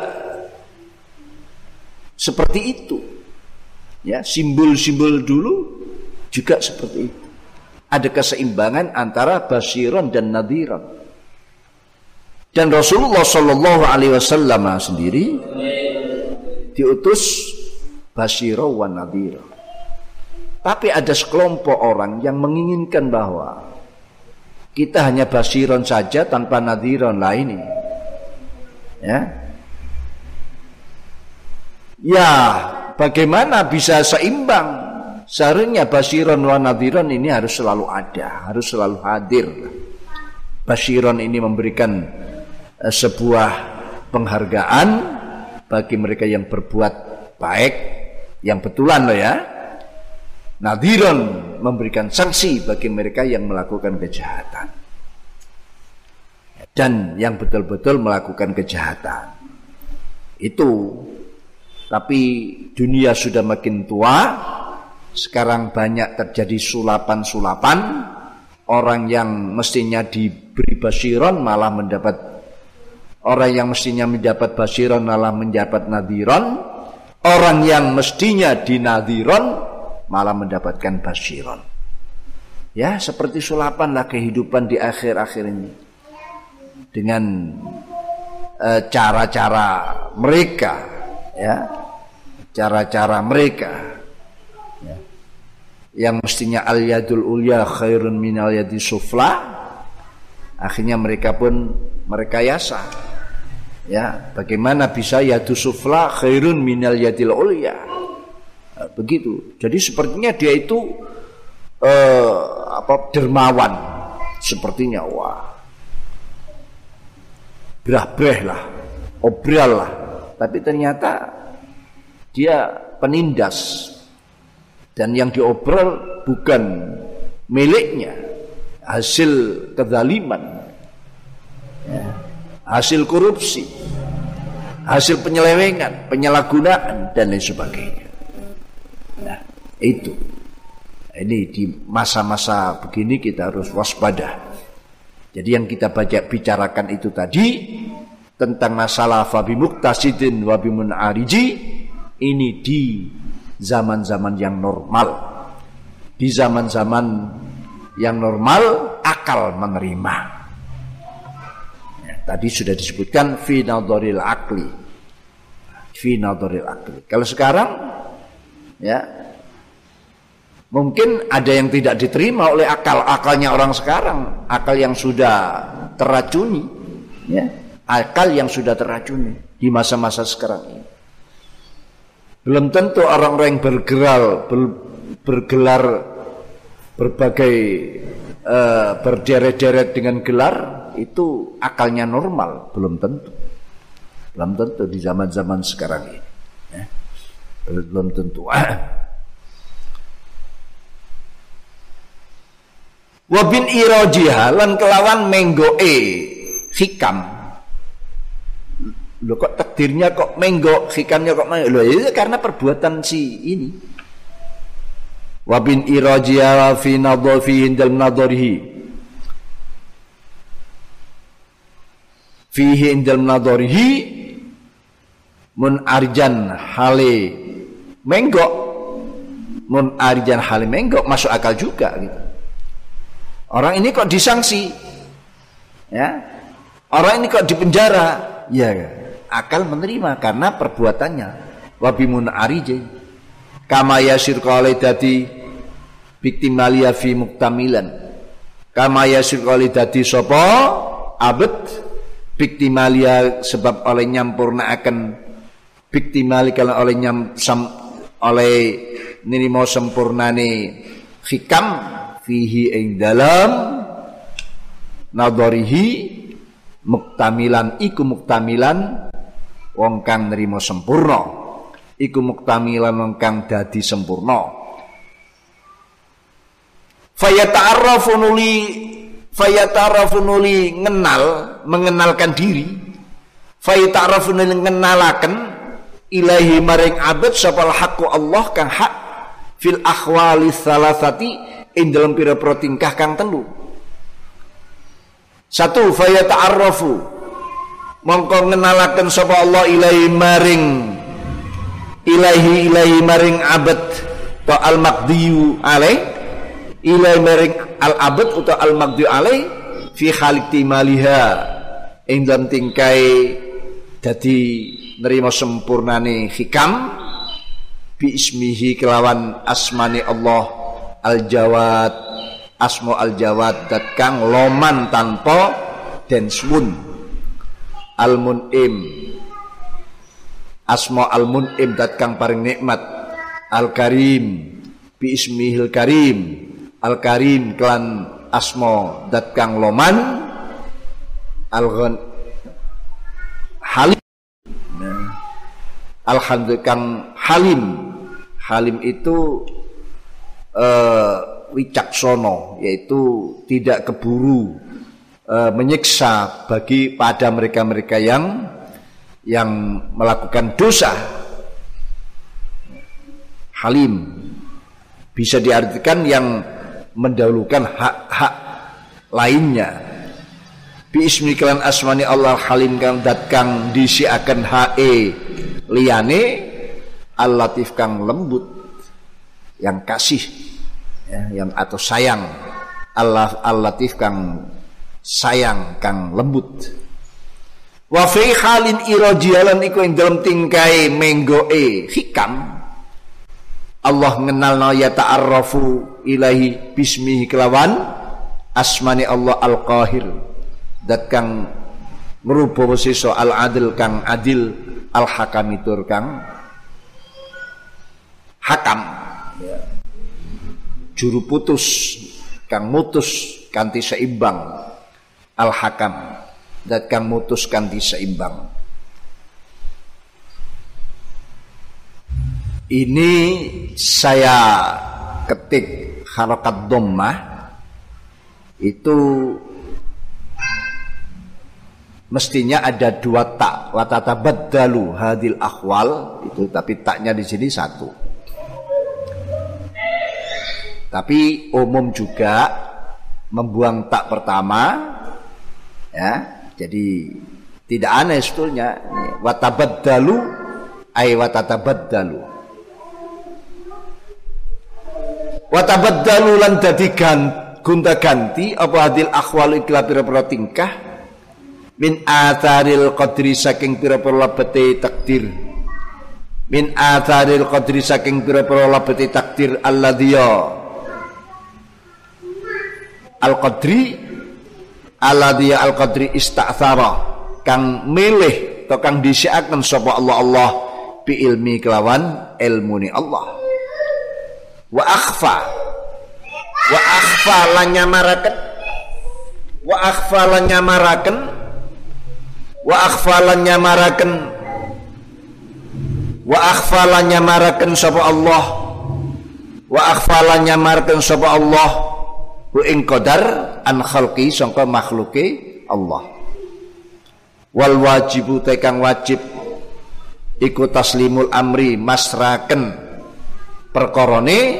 seperti itu, ya, simbol-simbol dulu juga seperti itu. Ada keseimbangan antara basiron dan nadhiron. Dan Rasulullah Shallallahu Alaihi Wasallam sendiri diutus basyira wa nadhira. Tapi ada sekelompok orang yang menginginkan bahwa kita hanya basyiron saja tanpa nadhiron lain. Ya, bagaimana bisa seimbang? Seharusnya basyiron wa nadhiron ini harus selalu ada, harus selalu hadir. Basyiron ini memberikan sebuah penghargaan bagi mereka yang berbuat baik, yang betulan loh ya. Nadhiron memberikan sanksi bagi mereka yang melakukan kejahatan dan yang betul-betul melakukan kejahatan. Itu. Tapi dunia sudah makin tua, sekarang banyak terjadi sulapan-sulapan. Orang yang mestinya diberi basyiron malah mendapat, orang yang mestinya mendapat basyiron malah mendapat nadhiron. Orang yang mestinya dinadhiron malah mendapatkan basyiron. Ya, seperti sulapanlah kehidupan di akhir-akhir ini. Dengan cara-cara mereka, ya, cara-cara mereka, ya, yang mestinya al-yadul ulya khairun minal yadi sufla, akhirnya mereka pun merekayasa. Ya, bagaimana bisa yadu sufla khairun minal yadil ulya? Begitu. Jadi sepertinya dia itu dermawan, sepertinya wah, brah-breh lah, obral lah. Tapi ternyata dia penindas, dan yang diobral bukan miliknya, hasil kezaliman, ya, hasil korupsi, hasil penyelewengan, penyalahgunaan dan lain sebagainya. Nah, itu. Ini di masa-masa begini kita harus waspada. Jadi yang kita bicarakan itu tadi tentang masalah fabi muqtasidin wa bi munariji, ini di zaman-zaman yang normal. Di zaman-zaman yang normal akal menerima. Ya, tadi sudah disebutkan fi nadharil aqli. Fi nadharil aqli. Kalau sekarang ya Mungkin ada yang tidak diterima oleh akalnya orang sekarang, akal yang sudah teracuni, ya, akal yang sudah teracuni di masa-masa sekarang ini. Belum tentu orang-orang yang bergelar berbagai berderet-deret dengan gelar itu akalnya normal, belum tentu di zaman-zaman sekarang ini, ya. Belum tentu. Wabin irojiha lan kelawan menggoe hikam. Loh kok takdirnya kok menggo, hikamnya kok menggo? Loh itu karena perbuatan si ini. Wabin irojiha fi nadhihi dalam nadharihi. Fihi dalam nadharihi mun arjan hale menggo. Mun arjan hale menggo masuk akal juga gitu. Orang ini kok disanksi, ya? Orang ini kok dipenjara, ya? Akal menerima karena perbuatannya. Wabimun arije, kama yasir kali dadi biktimalia fi muktamilan, kama yasir kali dadi sopo abet biktimalia sebab oleh nyampurna akan biktimali kalau oleh oleh nirimo sempurnane hikam. Fihi ing dalam nadharihi muktamilan iku muktamilan wong kang nrimo sempurna, iku muktamilan wong kang dadi sempurna. Fayata'arrafu nuli mengenalkan diri, fayata'arrafu nuli ngenalaken ilahi maring abad sapal haqqu Allah kang hak fil akhwali salasati ing dalam pira-pira tingkah kang telu. Satu, fayata'arrafu mongko ngenalaken sapa Allah ilahi maring abad ta al-maqdiyu alaih, ilahi maring al-abad utawa al-maqdiyu alaih fi khaliqti maliha ing dalam tingkai dadi nerima sempurnane hikam bi ismihi kelawan asmani Allah Al-Jawad, asmo Al-Jawad dat kang loman tanpa den suwun. Al-Mun'im, asmo Al-Mun'im dat kang paring nikmat. Al-Karim, bi ismihil Karim, Al-Karim kelan asmo dat kang loman. Al-Ghan Halim, Al-Hamd kang Halim. Halim itu wicaksono, yaitu tidak keburu menyiksa bagi pada mereka-mereka yang melakukan dosa. Halim bisa diartikan yang mendahulukan hak-hak lainnya. Bi ismi kelan asmani Allah Halim kang dat kang disiaken hae liyane Al-Latif kang lembut, yang kasih, ya, yang atau sayang. Allah Al-Latif kang sayang kang lembut. Wa fi halin irajialan iku ing dalem tingkai menggoe hikam Allah ngenalna ya ta'arrafu ilahi bismihi kelawan asmani Allah Al-Qahir dat kang ngrupa sisa Al-Adil kang adil, Al-Hakamitur kang hakam, ya. Juru putus kang mutus kanthi seimbang, Al-Hakam dat kang mutus kanthi seimbang. Ini saya ketik harakat dhammah itu mestinya ada dua tak, wa tatabaddalu hadil akhwal itu, tapi taknya di sini satu. Tapi umum juga membuang tak pertama, ya. Jadi tidak aneh sebetulnya. Watabaddalu ay watatabaddalu. Watabaddalu lan dadi gonta-ganti apa hadil akhwal ikla pira-pira tingkah min atharil qadri saking pira-pira labete takdir. Min atharil qadri saking pira-pira labete takdir alladhiya al-qadri alladzi al-qadri ista'thara kang milih atau kang dhisikaken sapa Allah bi ilmi kelawan ilmune Allah. Wa akhfa lan nyamaraken sapa Allah wa ing qadar an khalqi sangka makhluke Allah. Wal wajibu tekang wajib iku taslimul amri masraken perkorone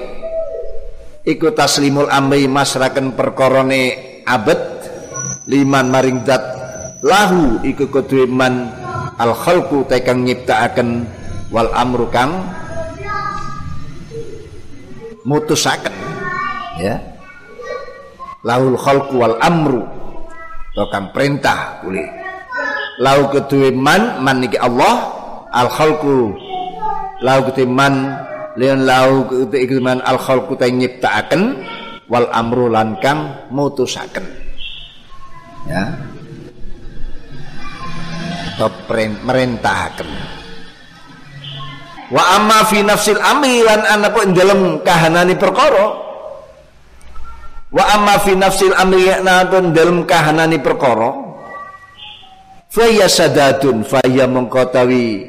abad liman maring zat lahu iku kudu man al khalqu tekang nyiptaaken wal amru kang mutusaken ya lahul khalqu wal amru to kang perintah boleh lahu kudu man niki Allah al khalqu lahu kudu man lian lahu kudu man al khalqu ta nyiptaaken wal amru lan kang mutusaken ya to merintahaken. Wa amma fi nafsil amri lan ana kok dalem kahanane perkara. Wa amma fi nafsil amri ana dalem kahanane perkara. Fa ya sadatun fa ya mengkotawi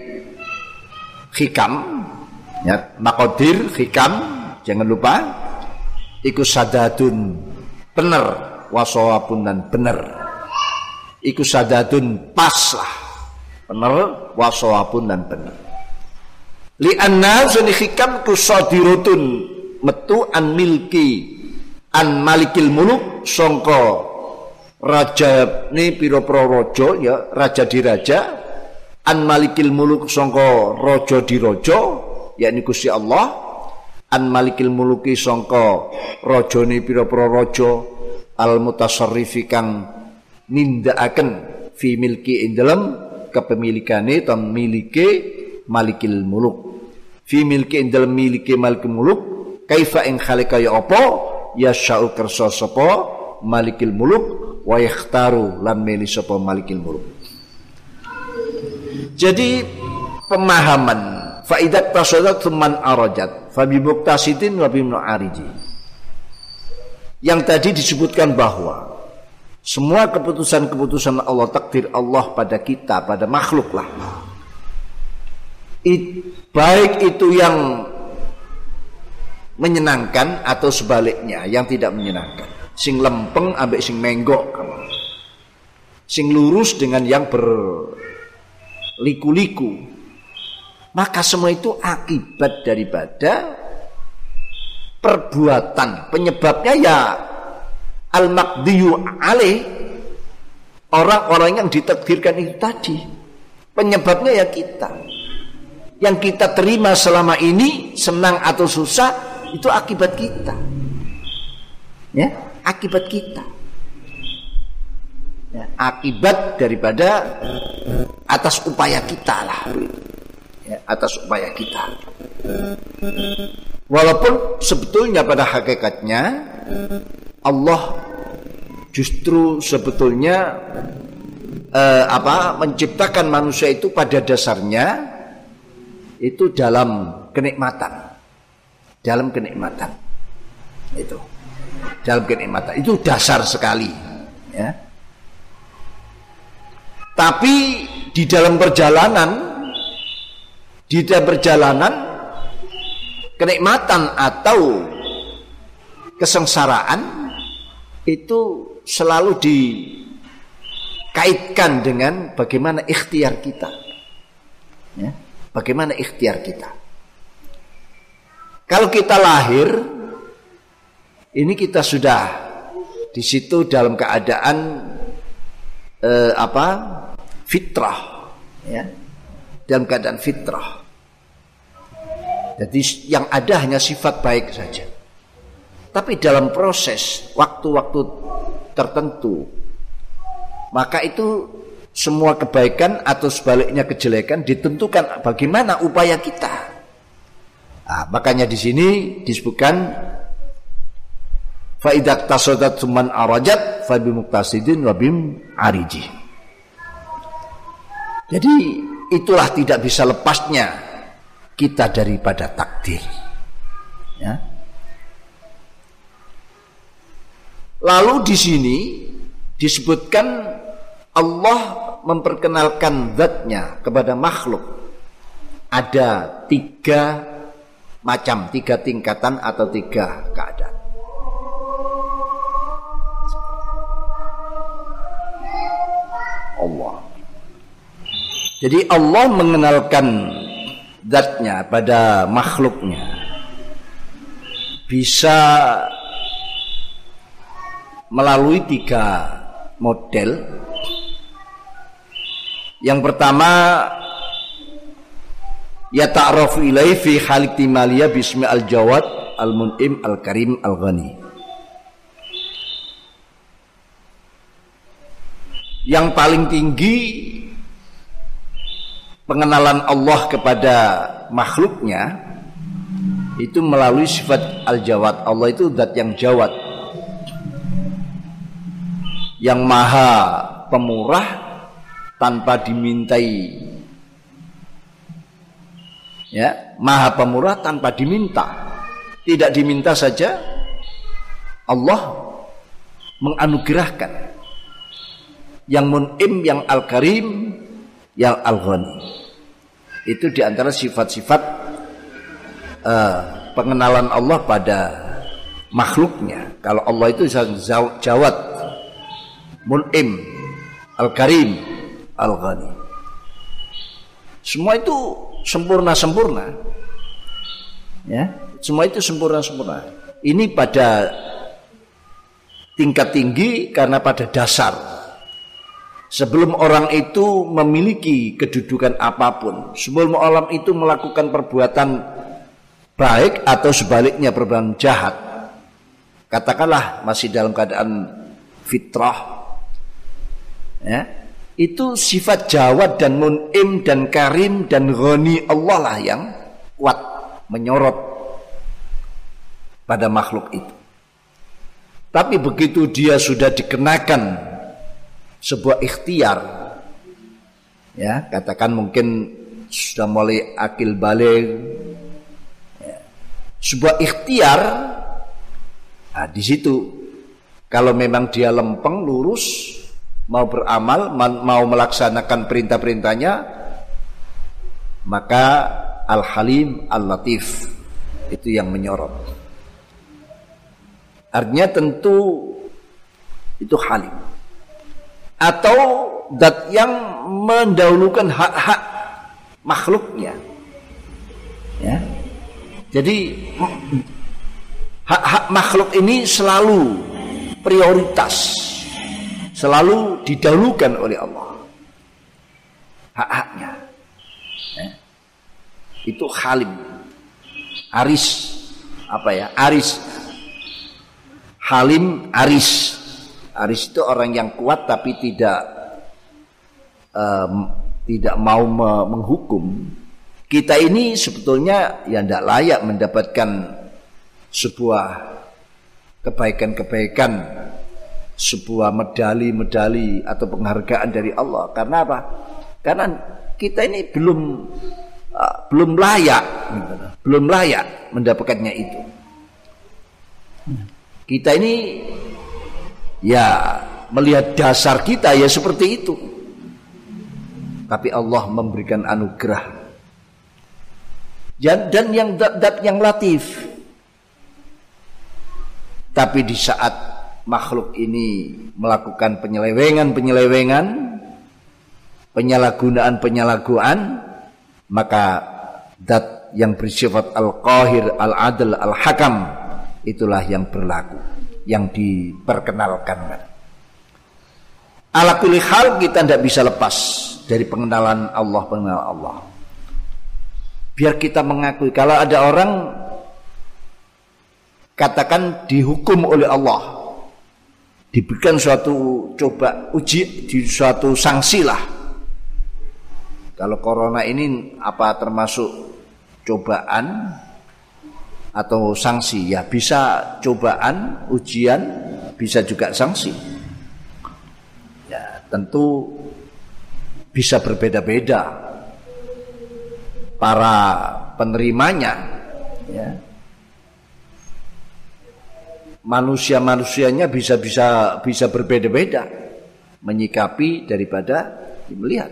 hikam ya maqadir hikam jangan lupa iku sadatun bener wasawapun dan bener iku sadatun pas lah bener wasawapun dan bener li anna suni hikam kusadiratun metu an milki an malikil muluk sangka raja ni pira-pira raja ya raja diraja an malikil muluk sangka raja diraja yakni Gusti Allah an malikil muluki sangka rajane pira-pira raja al mutasarrifi kang nindakaken fi milki ing dalem kepemilikane ta milike malikil muluk fi milki ing dalem milike malikil muluk kaifa ing khalika ya apa ya sya'u kersa sapa malikil muluk wa yakhtaru lan milih sapa malikil muluk. Jadi pemahaman faidat tasadat man arajat fabi muqtasidin wa bi mu'ariji yang tadi disebutkan bahwa semua keputusan-keputusan Allah, takdir Allah pada kita, pada makhluk lah, baik itu yang menyenangkan atau sebaliknya yang tidak menyenangkan, sing lempeng ambek sing menggok, sing lurus dengan yang berliku-liku, maka semua itu akibat daripada perbuatan. Penyebabnya ya al-maqdiyu alaih, orang-orang yang ditakdirkan itu tadi. Penyebabnya ya kita. Yang kita terima selama ini, senang atau susah, itu akibat kita. Ya, akibat kita. Ya, akibat daripada atas upaya kita lah. Ya, atas upaya kita. Walaupun sebetulnya pada hakikatnya Allah justru sebetulnya menciptakan manusia itu pada dasarnya itu dalam kenikmatan. Dalam kenikmatan. Itu. Dalam kenikmatan. Itu dasar sekali, ya. Tapi di dalam perjalanan kenikmatan atau kesengsaraan itu selalu dikaitkan dengan bagaimana ikhtiar kita, ya, bagaimana ikhtiar kita. Kalau kita lahir, ini kita sudah di situ dalam keadaan fitrah, ya, dalam keadaan fitrah. Jadi yang ada hanya sifat baik saja. Tapi dalam proses waktu-waktu tertentu, maka itu semua kebaikan atau sebaliknya kejelekan ditentukan bagaimana upaya kita. Nah, makanya di sini disebutkan Fa idza tasadat man arajat fa bimuktasidin wa bim ariji. Jadi itulah tidak bisa lepasnya kita daripada takdir. Ya. Lalu di sini disebutkan Allah memperkenalkan zatnya kepada makhluk. Ada 3 macam, 3 tingkatan atau 3 keadaan. Allah. Jadi Allah mengenalkan zatnya pada makhluknya bisa melalui 3 model. Yang pertama, ya ta'rafu ilaihi fi hal ihtimaliyah bismi al-jawad al-mun'im al-karim al-ghani. Yang paling tinggi pengenalan Allah kepada makhluknya itu melalui sifat al-jawad. Allah itu zat yang jawad, yang maha pemurah tanpa dimintai. Ya, maha pemurah tanpa diminta. Tidak diminta saja Allah menganugerahkan. Yang mun'im, yang al-karim, yang al-ghani. Itu diantara sifat-sifat pengenalan Allah pada makhluknya. Kalau Allah itu jawad, mun'im, al-karim, al-ghani. Semua itu sempurna-sempurna. Ya, semua itu sempurna-sempurna. Ini pada tingkat tinggi karena pada dasar. Sebelum orang itu memiliki kedudukan apapun, sebelum orang itu melakukan perbuatan baik atau sebaliknya perbuatan jahat, katakanlah masih dalam keadaan fitrah, ya, itu sifat jawad dan mun'im dan karim dan ghani Allah lah yang kuat menyorot pada makhluk itu. Tapi begitu dia sudah dikenakan sebuah ikhtiar, ya, katakan mungkin sudah mulai akil balik, ya, sebuah ikhtiar, nah, di situ kalau memang dia lempeng lurus mau beramal, mau melaksanakan perintah-perintahnya, maka Al-Halim Al-Latif itu yang menyorot. Artinya tentu itu halim. Atau zat yang mendahulukan hak-hak makhluknya, ya. Jadi hak-hak makhluk ini selalu prioritas, selalu didahulukan oleh Allah, hak-haknya, ya. Itu halim, aris, aris, halim, aris. Aris itu orang yang kuat tapi tidak mau menghukum. Kita ini sebetulnya ya tidak layak mendapatkan sebuah kebaikan-kebaikan, sebuah medali-medali atau penghargaan dari Allah. Karena apa? Karena kita ini belum layak mendapatkannya itu. Kita ini ya melihat dasar kita ya seperti itu. Tapi Allah memberikan anugerah. Dan yang dat yang latif. Tapi di saat makhluk ini melakukan penyelewengan, penyalahgunaan, maka dat yang bersifat al-qahir, al-adl, al-hakam, itulah yang berlaku, yang diperkenalkan. Ala kulli hal kita tidak bisa lepas dari pengenalan Allah. Biar kita mengakui kalau ada orang katakan dihukum oleh Allah, diberikan suatu uji, di suatu sanksi lah. Kalau corona ini apa termasuk cobaan? atau sanksi. Ya bisa cobaan, ujian, bisa juga sanksi. Ya tentu bisa berbeda-beda para penerimanya. Ya. Manusia-manusianya bisa berbeda-beda menyikapi daripada melihat.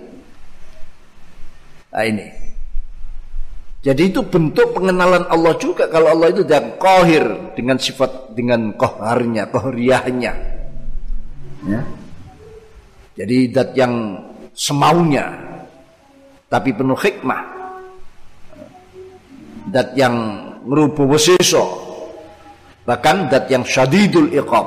Nah ini. Jadi itu bentuk pengenalan Allah juga, kalau Allah itu dan qahir dengan sifat, dengan qaharnya, qahriyahnya. Ya. Jadi zat yang semaunya tapi penuh hikmah. Zat yang ngerubuh wesiso, bahkan zat yang syadidul iqab,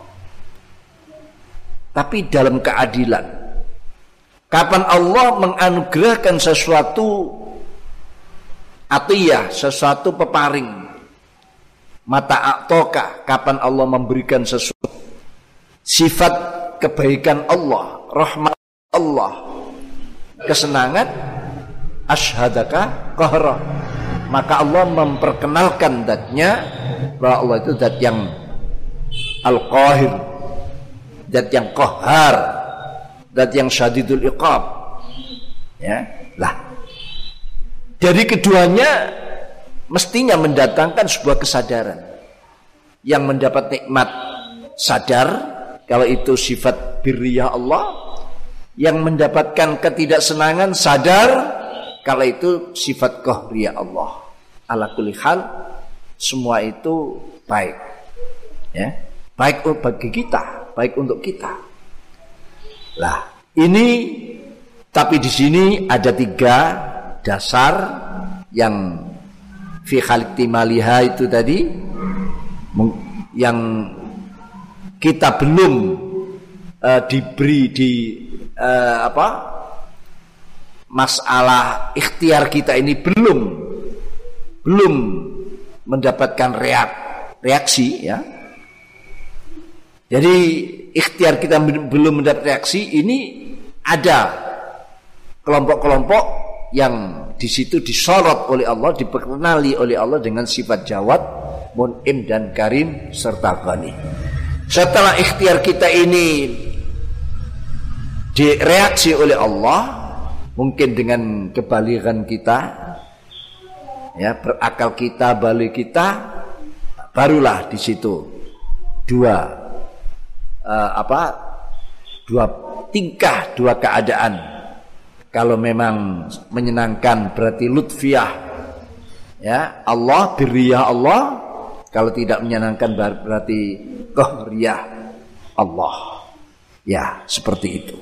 tapi dalam keadilan. Kapan Allah menganugerahkan sesuatu atiyah, sesuatu peparing, mata a'toka, kapan Allah memberikan sesuatu sifat kebaikan Allah, rahmat Allah, kesenangan, asyhadaka qahra, maka Allah memperkenalkan zatnya bahwa Allah itu zat yang al-qahir, zat yang qahar, zat yang syadidul iqab. Ya, lah. Dari keduanya mestinya mendatangkan sebuah kesadaran. Yang mendapat nikmat sadar kalau itu sifat birriyah Allah, yang mendapatkan ketidaksenangan sadar kalau itu sifat qahriyah Allah. Ala kulli hal semua itu baik, ya, baik bagi kita, baik untuk kita. Lah ini, tapi di sini ada 3 dasar yang fi khaliqtimaliha itu tadi, yang kita belum diberi di masalah ikhtiar kita ini belum mendapatkan reaksi, ya. Jadi ikhtiar kita belum mendapat reaksi. Ini ada kelompok-kelompok yang di situ disorot oleh Allah, diperkenali oleh Allah dengan sifat Jawad, Mun'im dan Karim serta Ghani. Setelah ikhtiar kita ini direaksi oleh Allah, mungkin dengan kebalighan kita, ya, berakal kita, balik kita, barulah di situ dua tingkah, 2 keadaan. Kalau memang menyenangkan berarti lutfiyah, ya, Allah, birriyah Allah. Kalau tidak menyenangkan berarti qahriyah Allah. Ya, seperti itu.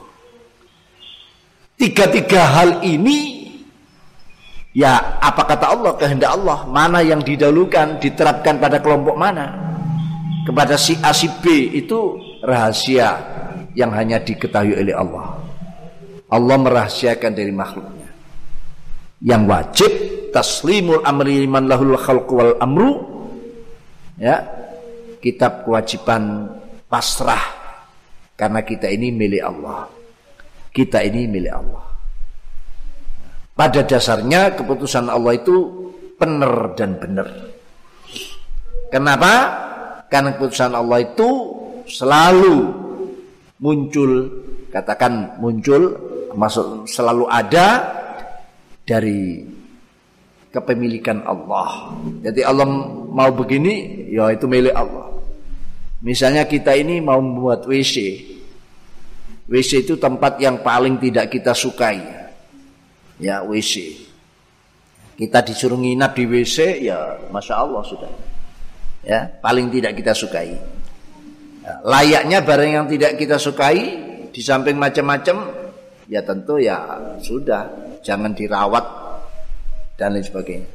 3 hal ini, ya, apa kata Allah, kehendak Allah, mana yang didahulukan, diterapkan pada kelompok mana, kepada si A si B, itu rahasia yang hanya diketahui oleh Allah. Allah merahasiakan dari makhluknya. Yang wajib taslimul amri liman lahul khalqu wal amru, ya, kitab kewajiban pasrah, karena kita ini milik Allah. Kita ini milik Allah. Pada dasarnya keputusan Allah itu benar dan benar. Kenapa? Karena keputusan Allah itu selalu muncul, katakan muncul, maksud selalu ada dari kepemilikan Allah. Jadi Allah mau begini, ya itu milik Allah. Misalnya kita ini mau membuat WC. WC itu tempat yang paling tidak kita sukai. Ya, WC. Kita disuruh nginap di WC, ya Masya Allah sudah. Ya, paling tidak kita sukai. Ya, layaknya barang yang tidak kita sukai, di samping macam-macam, ya tentu ya sudah, jangan dirawat dan lain sebagainya.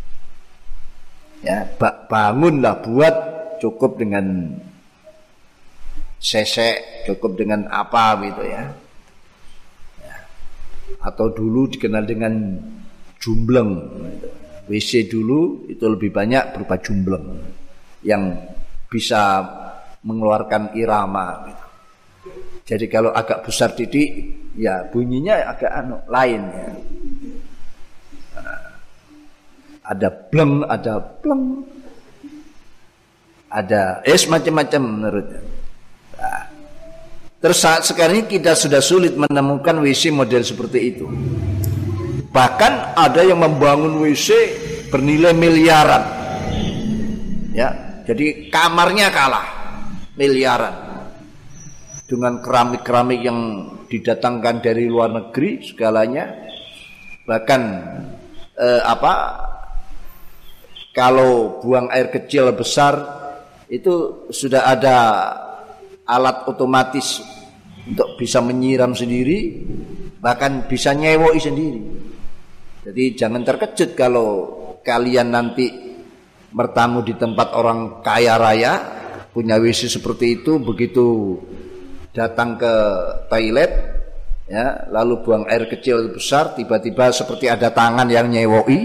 Ya, bangunlah, buat, cukup dengan sesek, cukup dengan apa gitu, ya. Ya. Atau dulu dikenal dengan jumbleng. WC dulu itu lebih banyak berupa jumbleng yang bisa mengeluarkan irama gitu. Jadi kalau agak besar titik, ya bunyinya agak lain, ya. Nah, ada bleng, ada pleng, ada macam-macam menurutnya. Nah, terus saat sekarang ini kita sudah sulit menemukan WC model seperti itu. Bahkan ada yang membangun WC bernilai miliaran. Ya, jadi kamarnya kalah miliaran. Dengan keramik-keramik yang didatangkan dari luar negeri segalanya. Bahkan kalau buang air kecil besar itu sudah ada alat otomatis untuk bisa menyiram sendiri, bahkan bisa nyewoi sendiri. Jadi jangan terkejut kalau kalian nanti bertamu di tempat orang kaya raya punya WC seperti itu, begitu datang ke toilet ya, lalu buang air kecil besar, tiba-tiba seperti ada tangan yang nyewoi.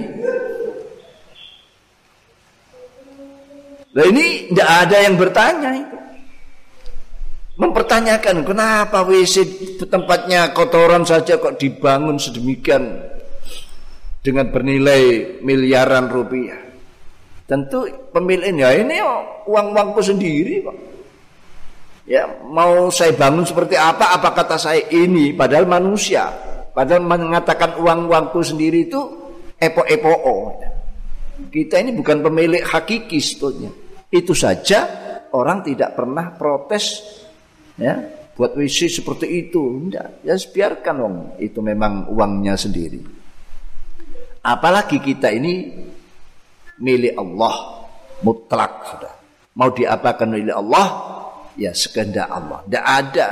Nah ini tidak ada yang bertanya itu, mempertanyakan kenapa WC tempatnya kotoran saja kok dibangun sedemikian dengan bernilai miliaran rupiah. Tentu pemiliknya ini uang-uangku sendiri kok. Ya, mau saya bangun seperti apa kata saya ini, padahal manusia, padahal mengatakan uang-uangku sendiri itu epo-epo. Kita ini bukan pemilik hakiki sebetulnya. Itu saja orang tidak pernah protes ya, buat WC seperti itu. Enggak, ya biarkan dong, itu memang uangnya sendiri. Apalagi kita ini milik Allah mutlak sudah. Mau diapakan milik Allah? Ya sekehendak Allah. Tidak ada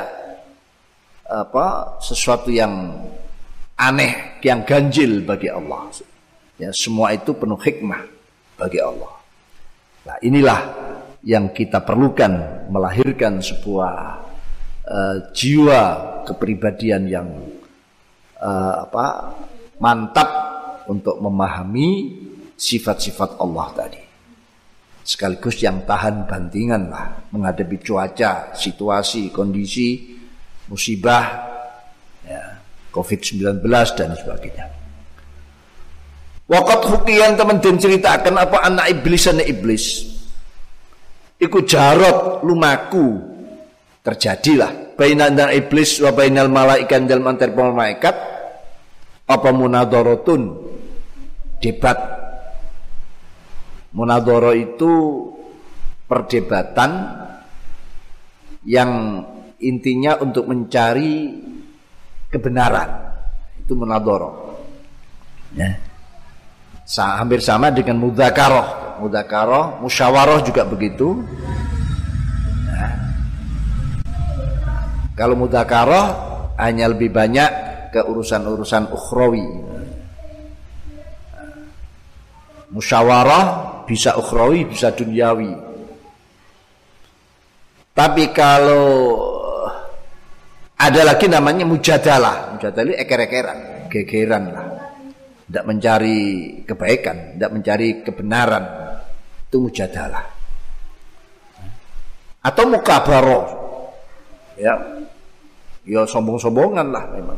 sesuatu yang aneh, yang ganjil bagi Allah. Ya semua itu penuh hikmah bagi Allah. Nah inilah yang kita perlukan, melahirkan sebuah jiwa kepribadian yang mantap untuk memahami sifat-sifat Allah tadi. Sekaligus yang tahan bantingan lah menghadapi cuaca, situasi, kondisi, musibah, ya, COVID-19 dan sebagainya. Waqat hukian teman den ceritakan apa anak iblis iku jarot lumaku terjadilah bainal iblis wa bainal malaikat dalam antar malaikat apa munadaratun, debat. Munadhara itu perdebatan yang intinya untuk mencari kebenaran. Itu munadhara. Ya. Hampir sama dengan mudzakarah. Mudzakarah, musyawarah juga begitu. Nah. Kalau mudzakarah hanya lebih banyak ke urusan-urusan ukhrawi. Musyawarah bisa ukhrawi, bisa duniawi. Tapi kalau ada lagi namanya mujadalah. Mujadalah eker-ekeran, gegeran lah. Tidak mencari kebaikan, tidak mencari kebenaran. Itu mujadalah. Atau mukabaroh. Ya sombong-sombongan lah memang.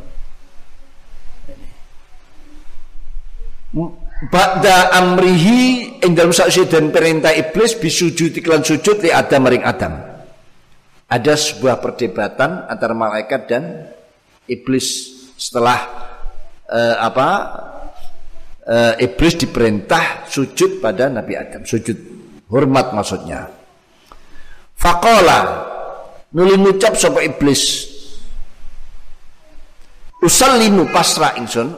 Ba'da amrihi ing dalem saksi dan perintah iblis bisujud iklan sujud li Adam maring Adam. Ada sebuah perdebatan antara malaikat dan iblis setelah iblis diperintah sujud pada Nabi Adam, sujud hormat maksudnya. Faqala nuli ngucap sapa iblis, usallimu pasrah ingsun,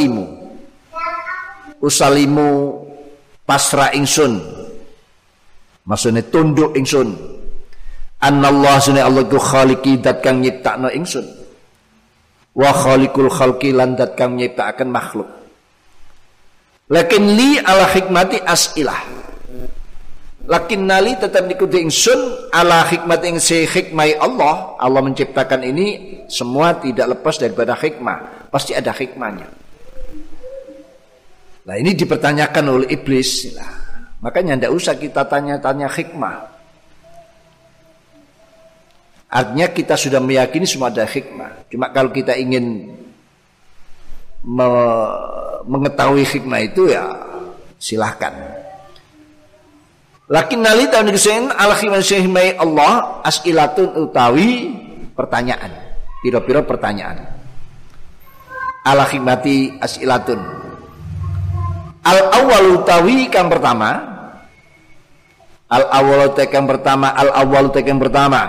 usalimu pasrah ingsun, maksudnya tunduk ingsun. Annallahu sunna Allah ku khaliqi dat kang nyiptakno ingsun, wa khaliqul khalqi lan dat kang nyiptakaken makhluk. Lakin li ala hikmati asilah, lakin nali tetap diikuti ingsun ala hikmati ing se hikmai Allah. Allah menciptakan ini semua tidak lepas daripada hikmah, pasti ada hikmahnya. Nah ini dipertanyakan oleh iblis. Nah, makanya tidak usah kita tanya-tanya hikmah. Artinya kita sudah meyakini semua ada hikmah. Cuma kalau kita ingin mengetahui hikmah itu ya silahkan. Lakin nalita nikesin al-khimai Allah as'ilatun utawi pertanyaan. Pira-pira pertanyaan. Al-khimati as'ilatun. Al-awwal utawi kang pertama. Al-awwal kang pertama. Al-awwal kang pertama.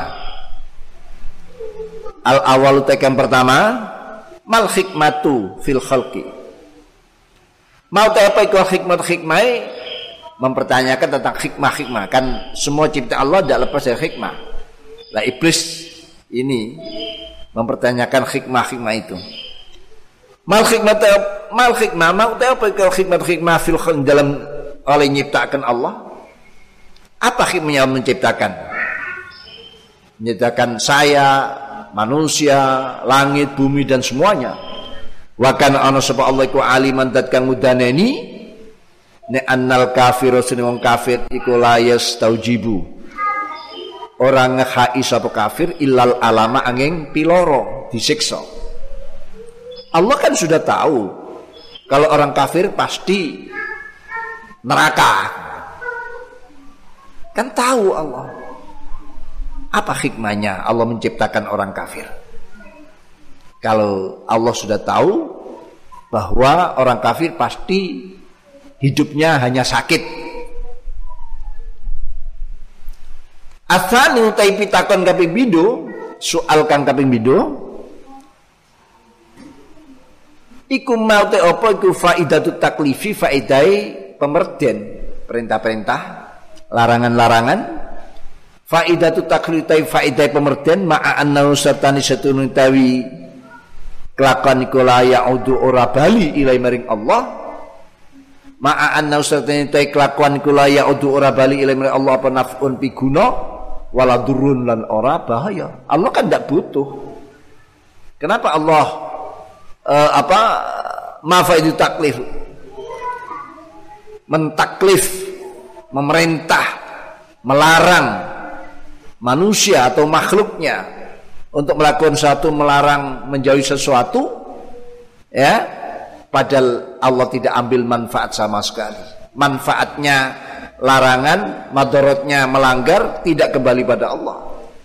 Al-awwal kang pertama. Mal hikmatu fil khalqi. Mau ta apa iku hikmah mempertanyakan tentang hikmah kan semua ciptaan Allah tidak lepas dari hikmah. Lah iblis ini mempertanyakan hikmah itu. Mal hikmah mau ta apa iku hikmah fil khalqi dalam oleh nyiptakan Allah. Apa hikmahnya menciptakan? Menciptakan saya, manusia, langit, bumi dan semuanya. Wa kana ana sapa Allah iku aliman dat kang mudaneni ne annal kafiru sune wong kafir iku layas taujibu. Orang ngehai sapa kafir illal alama angin piloro disiksa. Allah kan sudah tahu kalau orang kafir pasti neraka. Kan tahu Allah. Apa hikmahnya Allah menciptakan orang kafir? Kalau Allah sudah tahu bahwa orang kafir pasti hidupnya hanya sakit. Asani utai pitakon kaping bido, soal kang kaping bido. Iku mau te apa iku faidatut taklifi faidai pemerden, perintah-perintah, larangan-larangan. Faidatut taklifi faidai pemerden ma'a annau sartani satunu tawi kelakuan iku la ya'udu ora bali ilai maring Allah. Ma'a anna usatane ta kelakuan iku la ya'udu ora bali ilai maring Allah apa naf'un piguna wala durun lan ora bahaya. Allah kan tidak butuh. Kenapa Allah mafaidu taklif mentaklif, memerintah, melarang manusia atau makhluknya untuk melakukan sesuatu, melarang menjauhi sesuatu, ya, padahal Allah tidak ambil manfaat sama sekali. Manfaatnya larangan, madaratnya melanggar, tidak kembali pada Allah.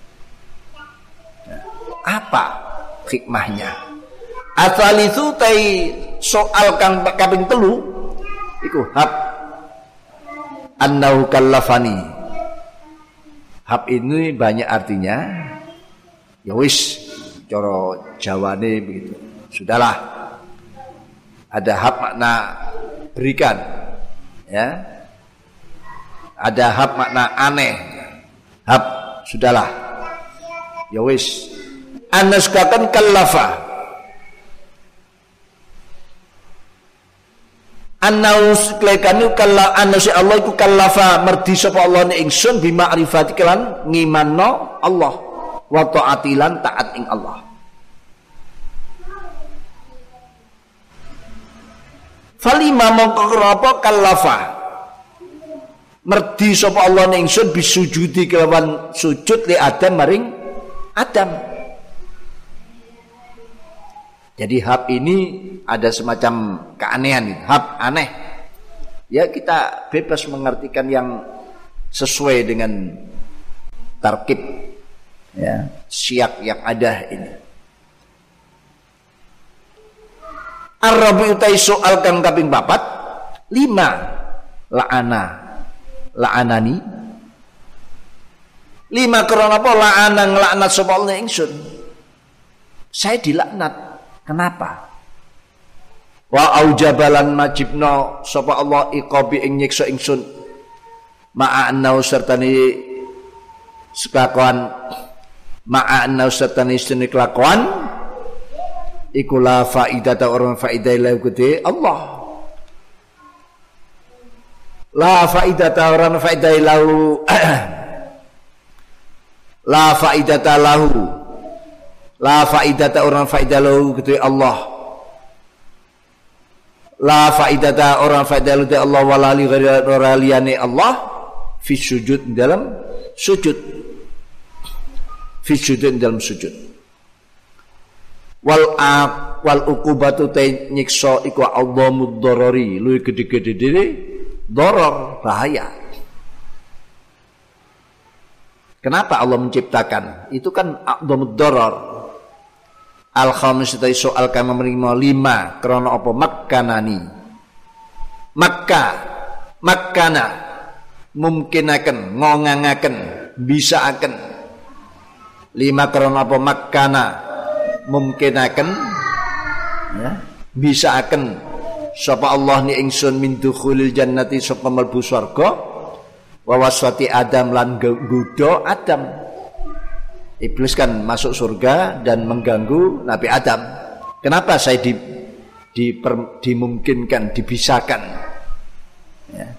Apa hikmahnya? Atsalitsu tai soal kang kaping 3 iku hab annahu kallafani. Hab ini banyak artinya. Ya wis, cara Jawane begitu. Sudahlah. Ada hab makna berikan, ya. Ada hab makna aneh. Hab, sudahlah. Ya wis. Anaskakan kallafa. Anaus klekanu kalla anasi Allah iku kallafa merdi sapa Allah ning ingsun bima ma'rifati kelan ngimanno Allah. Wa ta'atilan taat ing Allah. Falima mongko apa kallafa merdi sapa Allah ning ingsun bisujudi kelawan sujud li Adam maring Adam. Jadi hab ini ada semacam keanehan, hab aneh. Ya kita bebas mengartikan yang sesuai dengan tarkib, ya, siyak yang ada ini. Ar-rabi utai soal kang kaping 4 5 la'anani 5 karena apa la'ana nglaknat sapa Allah ingsun. Saya dilaknat. Kenapa? Wa aujabalan majibna sapa Allah iqabi ing nyiksa ingsun ma'anna sertane sekakuan ma'anna sertane istene kelakuan iku la faidata orang faidah lahu gede Allah. La faidata orang faidah lahu la faidata lahu la faidata orang faidah lahu gede Allah. La faidata orang faidah lahu Allah wala li ghairi Allah fi sujud dalam sujud. Fi sujud dalam sujud. Wal uqubatu ta nyiksa iku a'dhamud darari luwih gede-gede dhewe darar bahaya. Kenapa Allah menciptakan? Itu kan a'dhamud darar. Al-khamisatu soal kang menerima 5 krana apa makkanani. Makkana mungkinaken, ngongangaken, bisaaken. 5 krana apa makkana mungkinaken ya, bisaaken sapa Allah ni ingsun min dukhulil jannati sapa mlebu swarga wa waswati Adam lan nggodha Adam. Iblis kan masuk surga dan mengganggu Nabi Adam. Kenapa saya dimungkinkan, dibisakan? Ya.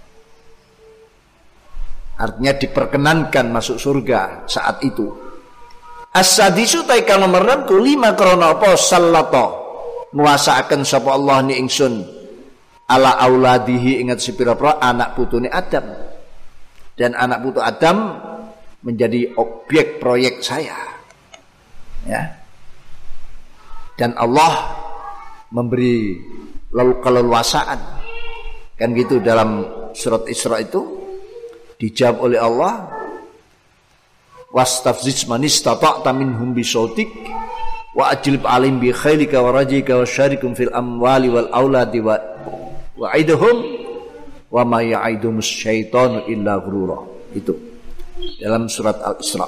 Artinya diperkenankan masuk surga saat itu. As-sadisu taika nomor 6 5 krana apa sallata nguasaaken sapa Allah ni ingsun ala auladihi ingat sepira-pira anak putune Adam. Dan anak putu Adam menjadi objek proyek saya. Ya. Dan Allah memberi keleluasaan. Kan gitu dalam surat Isra itu dijawab oleh Allah, wastafziz man istata'ta minhum bisautik wa ajlib alim bi khailika wa rajika wa syarikum fil amwali wal auladi wa wa'idhum wa ma ya'idumus syaitanu illa ghurura. Itu dalam surat Al-Isra.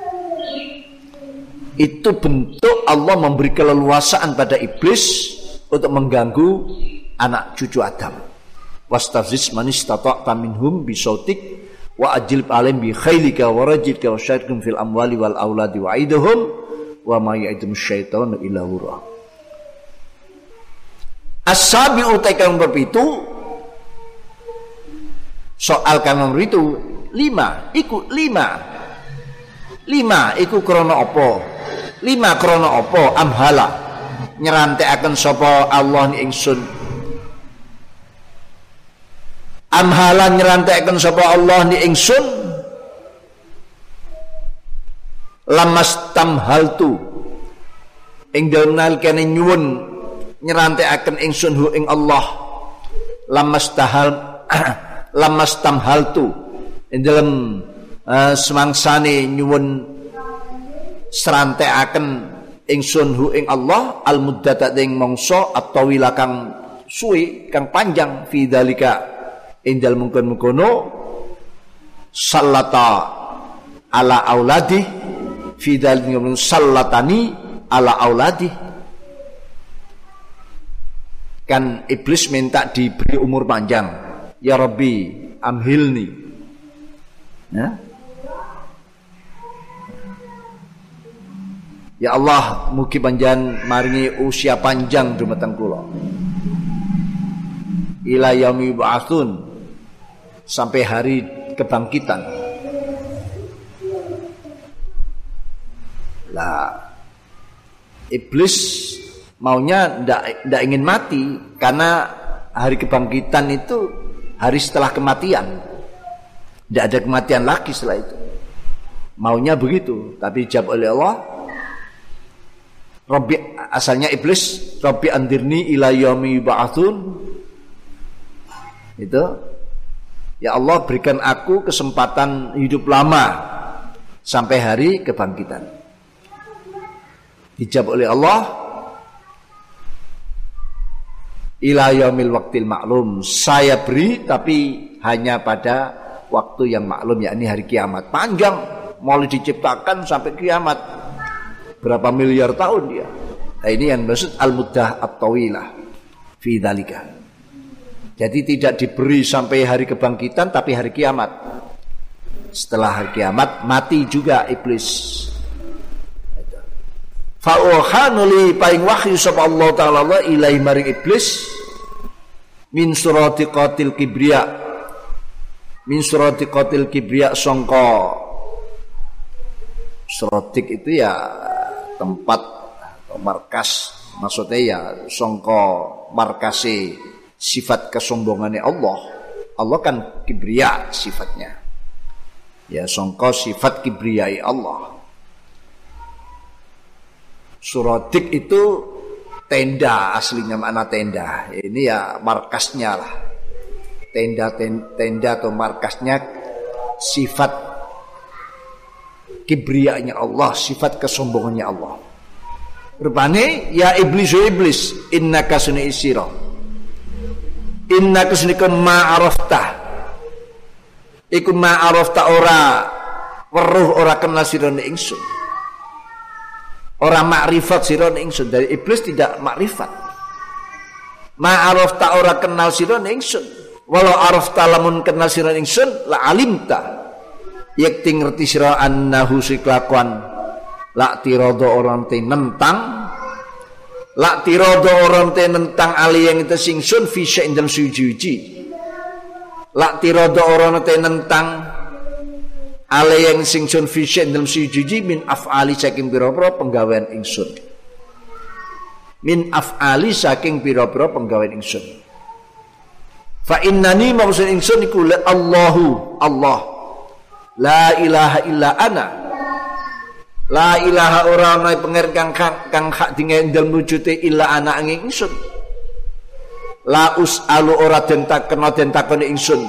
Itu bentuk Allah memberi keleluasaan pada iblis untuk mengganggu anak cucu Adam. Wastafziz man istata'ta minhum bisautik wa ajlib alim bi khailika wa rajika wa syarikum fil amwali wal auladi wa'idhum wa ma ya'idumus syaitanu illa ghurura. As-sabi'u taikang berpitu soal kang nomor itu 5 iku 5 iku krana apa 5 krana apa amhala nyerantekaken sapa Allah ni ingsun amhala nyerantekaken sapa Allah ni ingsun lamas tamhaltu ing dalem nalikane nyuwun nyerantekaken ingsun hu ing Allah lamas tamhaltu ing dalem semangsane nyuwun serantekaken ingsun hu ing Allah al muddata ing mangsa at-tawila kang suwe kang panjang fi dzalika ing dalem mungkon-mungkono sallata ala auladi fi dzalika sallatani ala auladi. Kan iblis minta diberi umur panjang. Ya Rabbi amhilni. Ya. Ya Allah mugi panjenengan maringi usia panjang dumateng kula. Ila yaumi ba'atsun sampai hari kebangkitan. Lah iblis maunya ndak ingin mati karena hari kebangkitan itu hari setelah kematian. Tidak ada kematian lagi setelah itu. Maunya begitu, tapi dijawab oleh Allah. Rabbi, asalnya iblis, Rabbi andirni ila yaumi ba'atsun. Itu. Ya Allah berikan aku kesempatan hidup lama sampai hari kebangkitan. Dijawab oleh Allah, ila yaumil waqtil maklum, saya beri tapi hanya pada waktu yang maklum, yakni hari kiamat. Panjang, mulai diciptakan sampai kiamat, berapa miliar tahun dia. Nah, ini yang maksud al-muddah at-tawilah fi dzalika. Jadi tidak diberi sampai hari kebangkitan tapi hari kiamat. Setelah hari kiamat mati juga iblis. Fa'uhanuli paing wahyu sapa Allah taala wa ilai maring iblis min surati qatil kibriya, min surati qatil kibriya sangka suratik itu ya tempat markas, maksudnya ya sangka markase sifat kesombongannya Allah. Allah kan kibriya sifatnya, ya sangka sifat kibriyai Allah. Suratik itu tenda, aslinya makna tenda. Ini ya markasnya lah. Tenda atau markasnya sifat kibriyanya Allah, sifat kesombongannya Allah. Rupane ya iblis innaka sunni isira. Innaka sunika ma'arafta. Iku ma'arafta ora weruh ora kenal sirane ingsun. Ora makrifat sirane ingsun. Dari iblis tidak makrifat. Ma'arafta ora kenal sirane ingsun. Walau arafta lamun kenal sirane ingsun la alimta. Yakti ngerti sira annahu siklakuan la tirada orang te nentang la tirada orang te nentang ali yang itu singsun fi sya'in dalam suci la tirada orang te nentang ali yang singsun fi sya'in dalam suci min af'ali saking pira-pira penggawean ingsun min af'ali saking pira-pira penggawean ingsun fa innani maksud ingsun iku Allahu Allah la ilaha illa ana. La ilaha ora ana pangeran kang hak dingen dalem wujude illa ana angin ingsun. La us'alu ora den takon ingsun.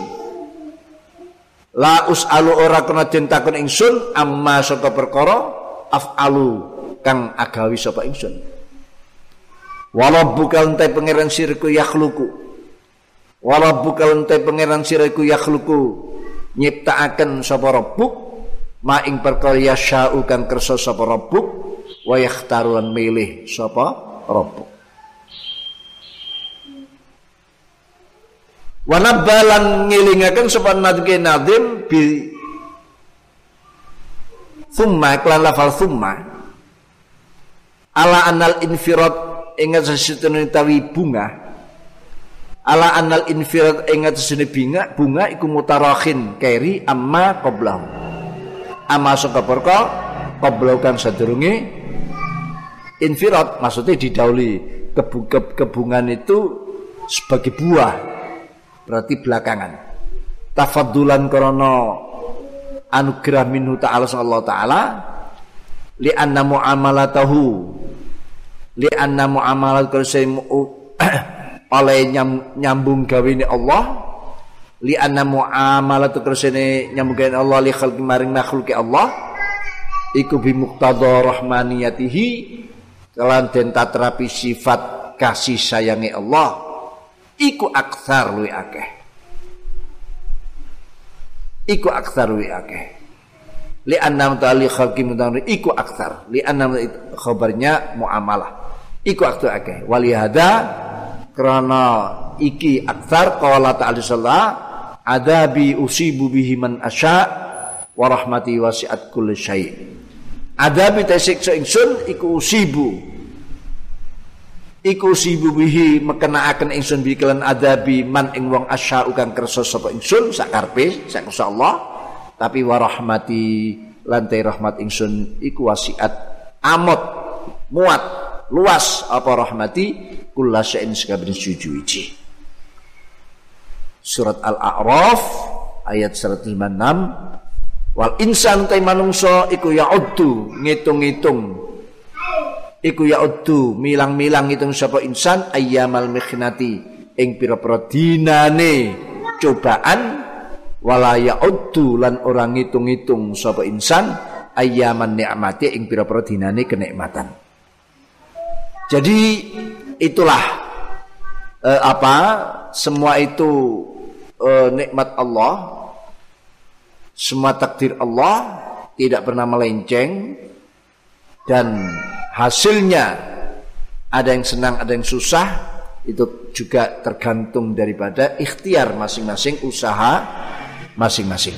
La us'alu ora kena den takon ingsun amma saka perkara af'alu kang agawi sapa ingsun. Walabbuka ente pangeran sirku yakhluqu. Walabbuka ente pangeran sirku yakhluqu. Nyiptaaken sapa rabbuk ma ing perkara yasya'u kang kersa sapa rabbuk wa yakhtaru lan milih sapa rabbuk wa nabbalan ngelingaken sapa nadim bi thumma klan lafal thumma ala anal infirad ingat sesitune tawi bunga ala anal infirad ingat sesune bunga iku mutarakhin kairi amma qablahu amma saka perkara qablahu kan sadurunge infirad maksudnya didahului kebungan itu sebagai buah berarti belakangan tafaddulan karena anugerah minhu ta'ala Allah ta'ala li anna muamalatahu li anna muamalat oleh nyambung gawene Allah li anna muamalatu kersene nyambung gawene Allah li khalqi maring makhluke Allah iku bi muqtada rahmaniyatihi kelan den tatrapi sifat kasih sayange Allah iku aktsar luwih akeh li anna ta'ali khalqi mudari iku aktsar li anna khabarnya muamalah iku aktsar akeh wali hada karena iki aktsar qala ta'ala sallallahu adabi usibu bihi man asya wa rahmati wasi'at kulli syai. Adabi tasiksa ingsun iku usibu bihi mekenaaken ingsun bi kelan adabi man ing wong asya kang kersa sapa ingsun sak karepe sak kersa Allah tapi wa rahmati lan rahmat ingsun iku wasi'at amot muat luas apa rahmati kulla syai'in sakabeh suci. Surat Al-A'raf ayat 156 wal insan ta manungsa iku ya'uddu ngitung-ngitung iku ya'uddu milang-milang ngitung sapa insan ayyamal mikhnati ing pira-pira dinane cobaan wala ya'uddu lan ora ngitung-ngitung sapa insan ayyaman nikmati ing pira-pira dinane kenikmatan. Jadi itulah semua itu nikmat Allah, semua takdir Allah tidak pernah melenceng dan hasilnya ada yang senang ada yang susah itu juga tergantung daripada ikhtiar masing-masing, usaha masing-masing.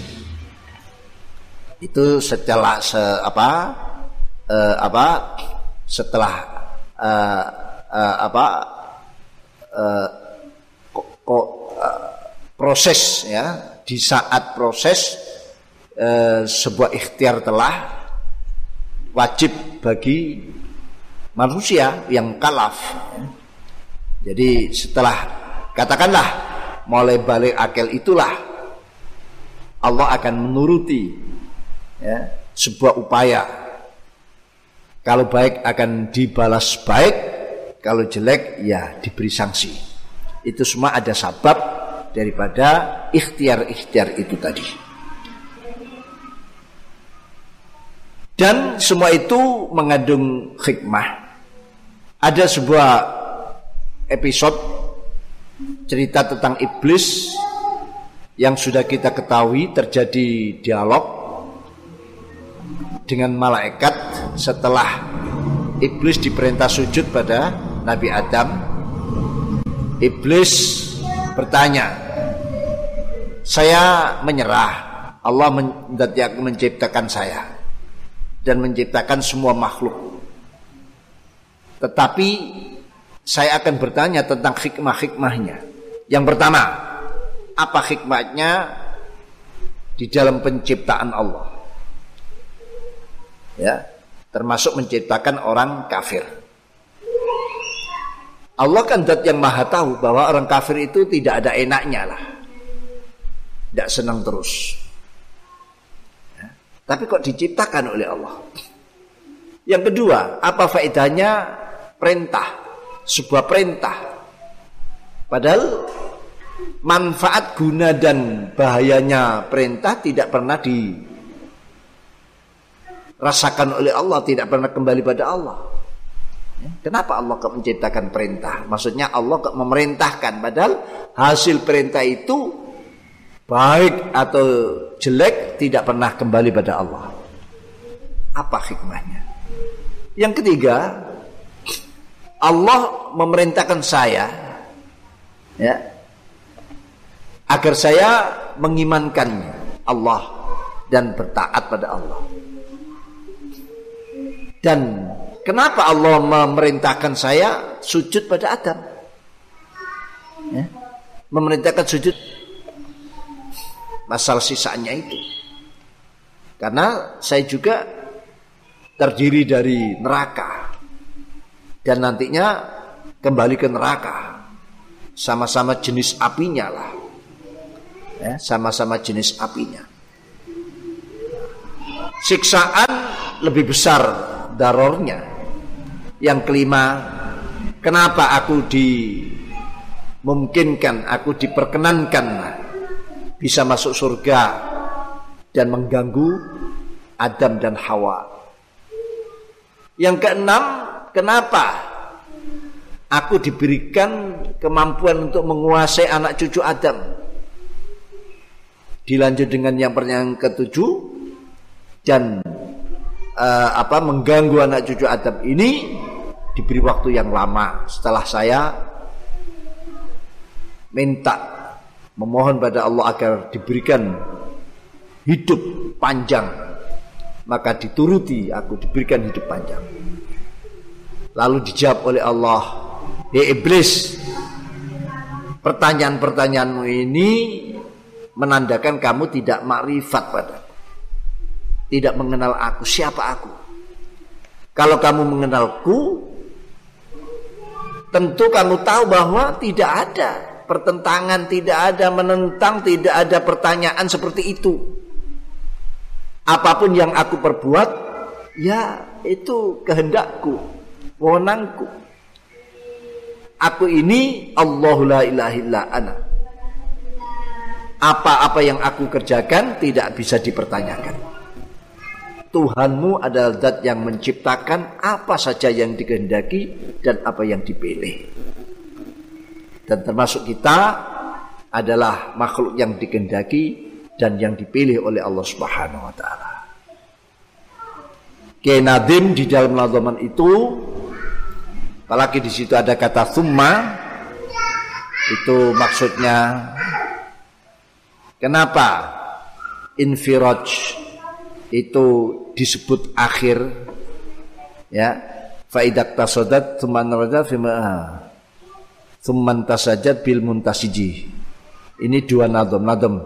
Itu setelah setelah proses ya, di saat proses sebuah ikhtiar telah wajib bagi manusia yang kalaf. Jadi setelah katakanlah mulai balik akal itulah Allah akan menuruti ya, sebuah upaya. Kalau baik akan dibalas baik, kalau jelek ya diberi sanksi. Itu semua ada sebab daripada ikhtiar-ikhtiar itu tadi. Dan semua itu mengandung hikmah. Ada sebuah episode cerita tentang iblis yang sudah kita ketahui, terjadi dialog dengan malaikat setelah iblis diperintah sujud pada Nabi Adam. Iblis bertanya, saya menyerah, Allah menciptakan saya dan menciptakan semua makhluk, tetapi saya akan bertanya tentang hikmah-hikmahnya. Yang pertama, apa hikmahnya di dalam penciptaan Allah? Ya, termasuk menciptakan orang kafir. Allah kan zat yang maha tahu bahwa orang kafir itu tidak ada enaknya lah, tidak senang terus. Ya, tapi kok diciptakan oleh Allah? Yang kedua, apa faedahnya perintah? Sebuah perintah, padahal manfaat, guna dan bahayanya perintah tidak pernah dirasakan oleh Allah, tidak pernah kembali pada Allah. Kenapa Allah kok menciptakan perintah? Maksudnya Allah kok memerintahkan, padahal hasil perintah itu baik atau jelek tidak pernah kembali pada Allah. Apa hikmahnya? Yang ketiga, Allah memerintahkan saya, ya, agar saya mengimankan Allah dan bertaat pada Allah. Dan kenapa Allah memerintahkan saya sujud pada Adam? Ya, memerintahkan sujud, masalah sisanya itu. Karena saya juga terdiri dari neraka dan nantinya kembali ke neraka, sama-sama jenis apinya lah, ya, sama-sama jenis apinya. Siksaan lebih besar darornya. Yang kelima, kenapa aku dimungkinkan, aku diperkenankan bisa masuk surga dan mengganggu Adam dan Hawa. Yang keenam, kenapa aku diberikan kemampuan untuk menguasai anak cucu Adam. Dilanjut dengan yang ketujuh, dan mengganggu anak cucu Adam ini diberi waktu yang lama. Setelah saya memohon pada Allah agar diberikan hidup panjang, maka dituruti, aku diberikan hidup panjang. Lalu dijawab oleh Allah, "Hei iblis, pertanyaan-pertanyaanmu ini menandakan kamu tidak makrifat padaku, tidak mengenal aku, siapa aku. Kalau kamu mengenalku, tentu kamu tahu bahwa tidak ada pertentangan, tidak ada menentang, tidak ada pertanyaan seperti itu. Apapun yang aku perbuat, ya itu kehendakku, wewenangku. Aku ini Allahu la ilaha illa ana. Apa-apa yang aku kerjakan tidak bisa dipertanyakan. Tuhanmu adalah zat yang menciptakan apa saja yang dikehendaki dan apa yang dipilih. Dan termasuk kita adalah makhluk yang dikehendaki dan yang dipilih oleh Allah Subhanahu wa taala." Kiai Nadim di dalam nadhaman itu, apalagi di situ ada kata summa, itu maksudnya kenapa infiraj itu disebut akhir, ya, faidak tasadat tsummanarada tsumman tasajjad bil muntasiji. Ini dua nadham.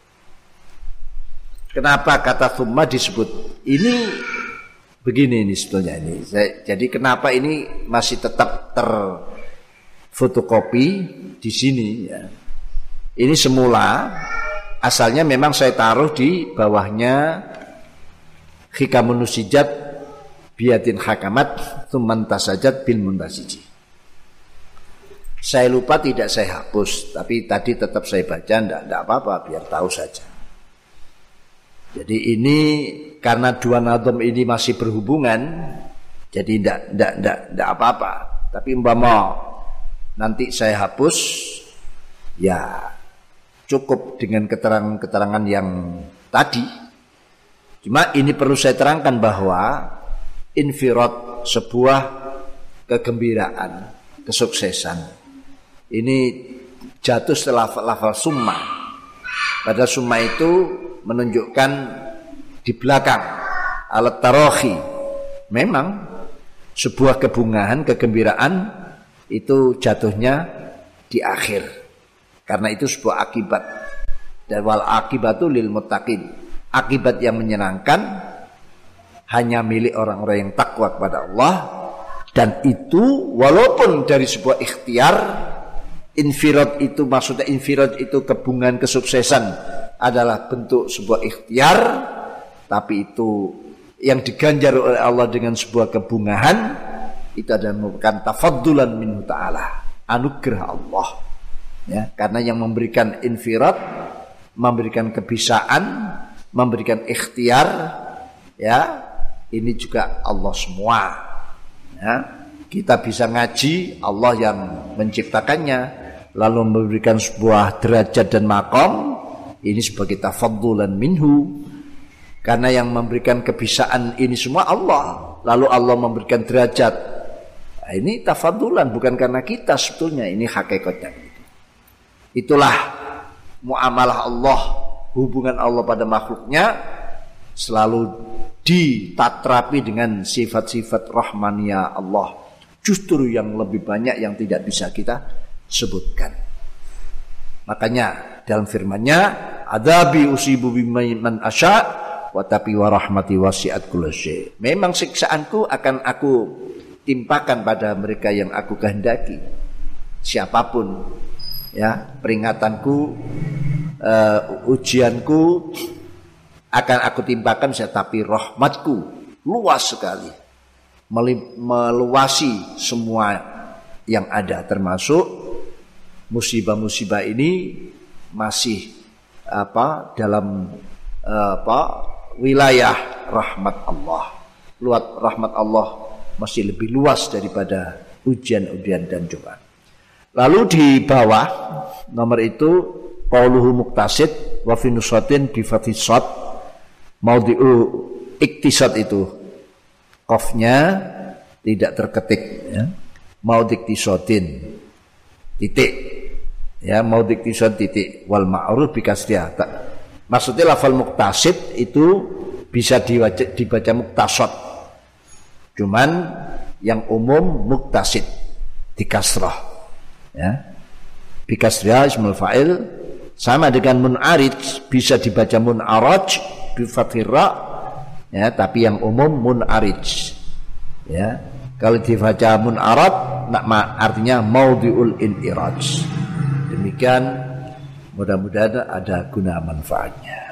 Kenapa kata tsumma disebut? Ini begini ini sebetulnya ini. Jadi kenapa ini masih tetap terfotokopi di sini, ya. Ini semula asalnya memang saya taruh di bawahnya Hikamun nusijat biatin hakamat tsumman tasajjad bil muntasiji. Saya lupa, tidak saya hapus, tapi tadi tetap saya baca, enggak apa-apa, biar tahu saja. Jadi ini karena dua nadham ini masih berhubungan, jadi tidak apa-apa. Tapi umpama nanti saya hapus, ya cukup dengan keterangan-keterangan yang tadi. Cuma ini perlu saya terangkan bahwa infirad, sebuah kegembiraan, kesuksesan, ini jatuh setelah lafal summa. Pada summa itu menunjukkan di belakang alat tarohi. Memang sebuah kebungahan, kegembiraan itu jatuhnya di akhir. Karena itu sebuah akibat. Dan wal akibatu lil muttaqin. Akibat yang menyenangkan hanya milik orang-orang yang takwa kepada Allah. Dan itu walaupun dari sebuah ikhtiar, infirad itu maksudnya infirad itu kebungahan kesuksesan adalah bentuk sebuah ikhtiar, tapi itu yang diganjar oleh Allah dengan sebuah kebungahan itu adalah merupakan tafaddulan minhu ta'ala, anugerah Allah. Ya, karena yang memberikan infirad, memberikan kebisaan, memberikan ikhtiar, ya, ini juga Allah semua. Ya, kita bisa ngaji, Allah yang menciptakannya, lalu memberikan sebuah derajat dan maqam, ini sebagai tafaddulan minhu. Karena yang memberikan kebisaan ini semua Allah, lalu Allah memberikan derajat. Nah, ini tafaddulan, bukan karena kita sebetulnya, ini hakikatnya. Itulah muamalah Allah, hubungan Allah pada makhluknya selalu ditatrapi dengan sifat-sifat rahmaniyah Allah. Justru yang lebih banyak yang tidak bisa kita sebutkan. Makanya dalam firman-Nya, adabi usibu biman asya wa tapi wa rahmati wasi'at kulla syai'. Memang siksaanku akan aku timpakan pada mereka yang aku kehendaki. Siapapun, ya, peringatanku, ujianku akan aku timpakan, tapi rahmatku luas sekali, meluasi semua yang ada, termasuk musibah-musibah ini masih dalam wilayah rahmat Allah. Luas rahmat Allah masih lebih luas daripada ujian-ujian dan cobaan. Lalu di bawah nomor itu qauluhu muqtasid wa fi nusratin bi fathis sad, maudhi'u iktisad itu qafnya tidak terketik, ya. Maudhi' iktisadin titik, ya, maudhi' iktisad titik wal ma'ruf bi kasriyah. Maksudnya lafal muqtasid itu bisa dibaca muqtasad. Cuman yang umum muqtasid di kasrah, ya. Bi kasriyah ismul fa'il, sama dengan mun'arij bisa dibaca mun'araj bi fathir ra, ya, tapi yang umum mun'arij, ya. Kalau dibaca mun'arad artinya maudhi'ul in'iraj. Demikian, mudah-mudahan ada guna manfaatnya.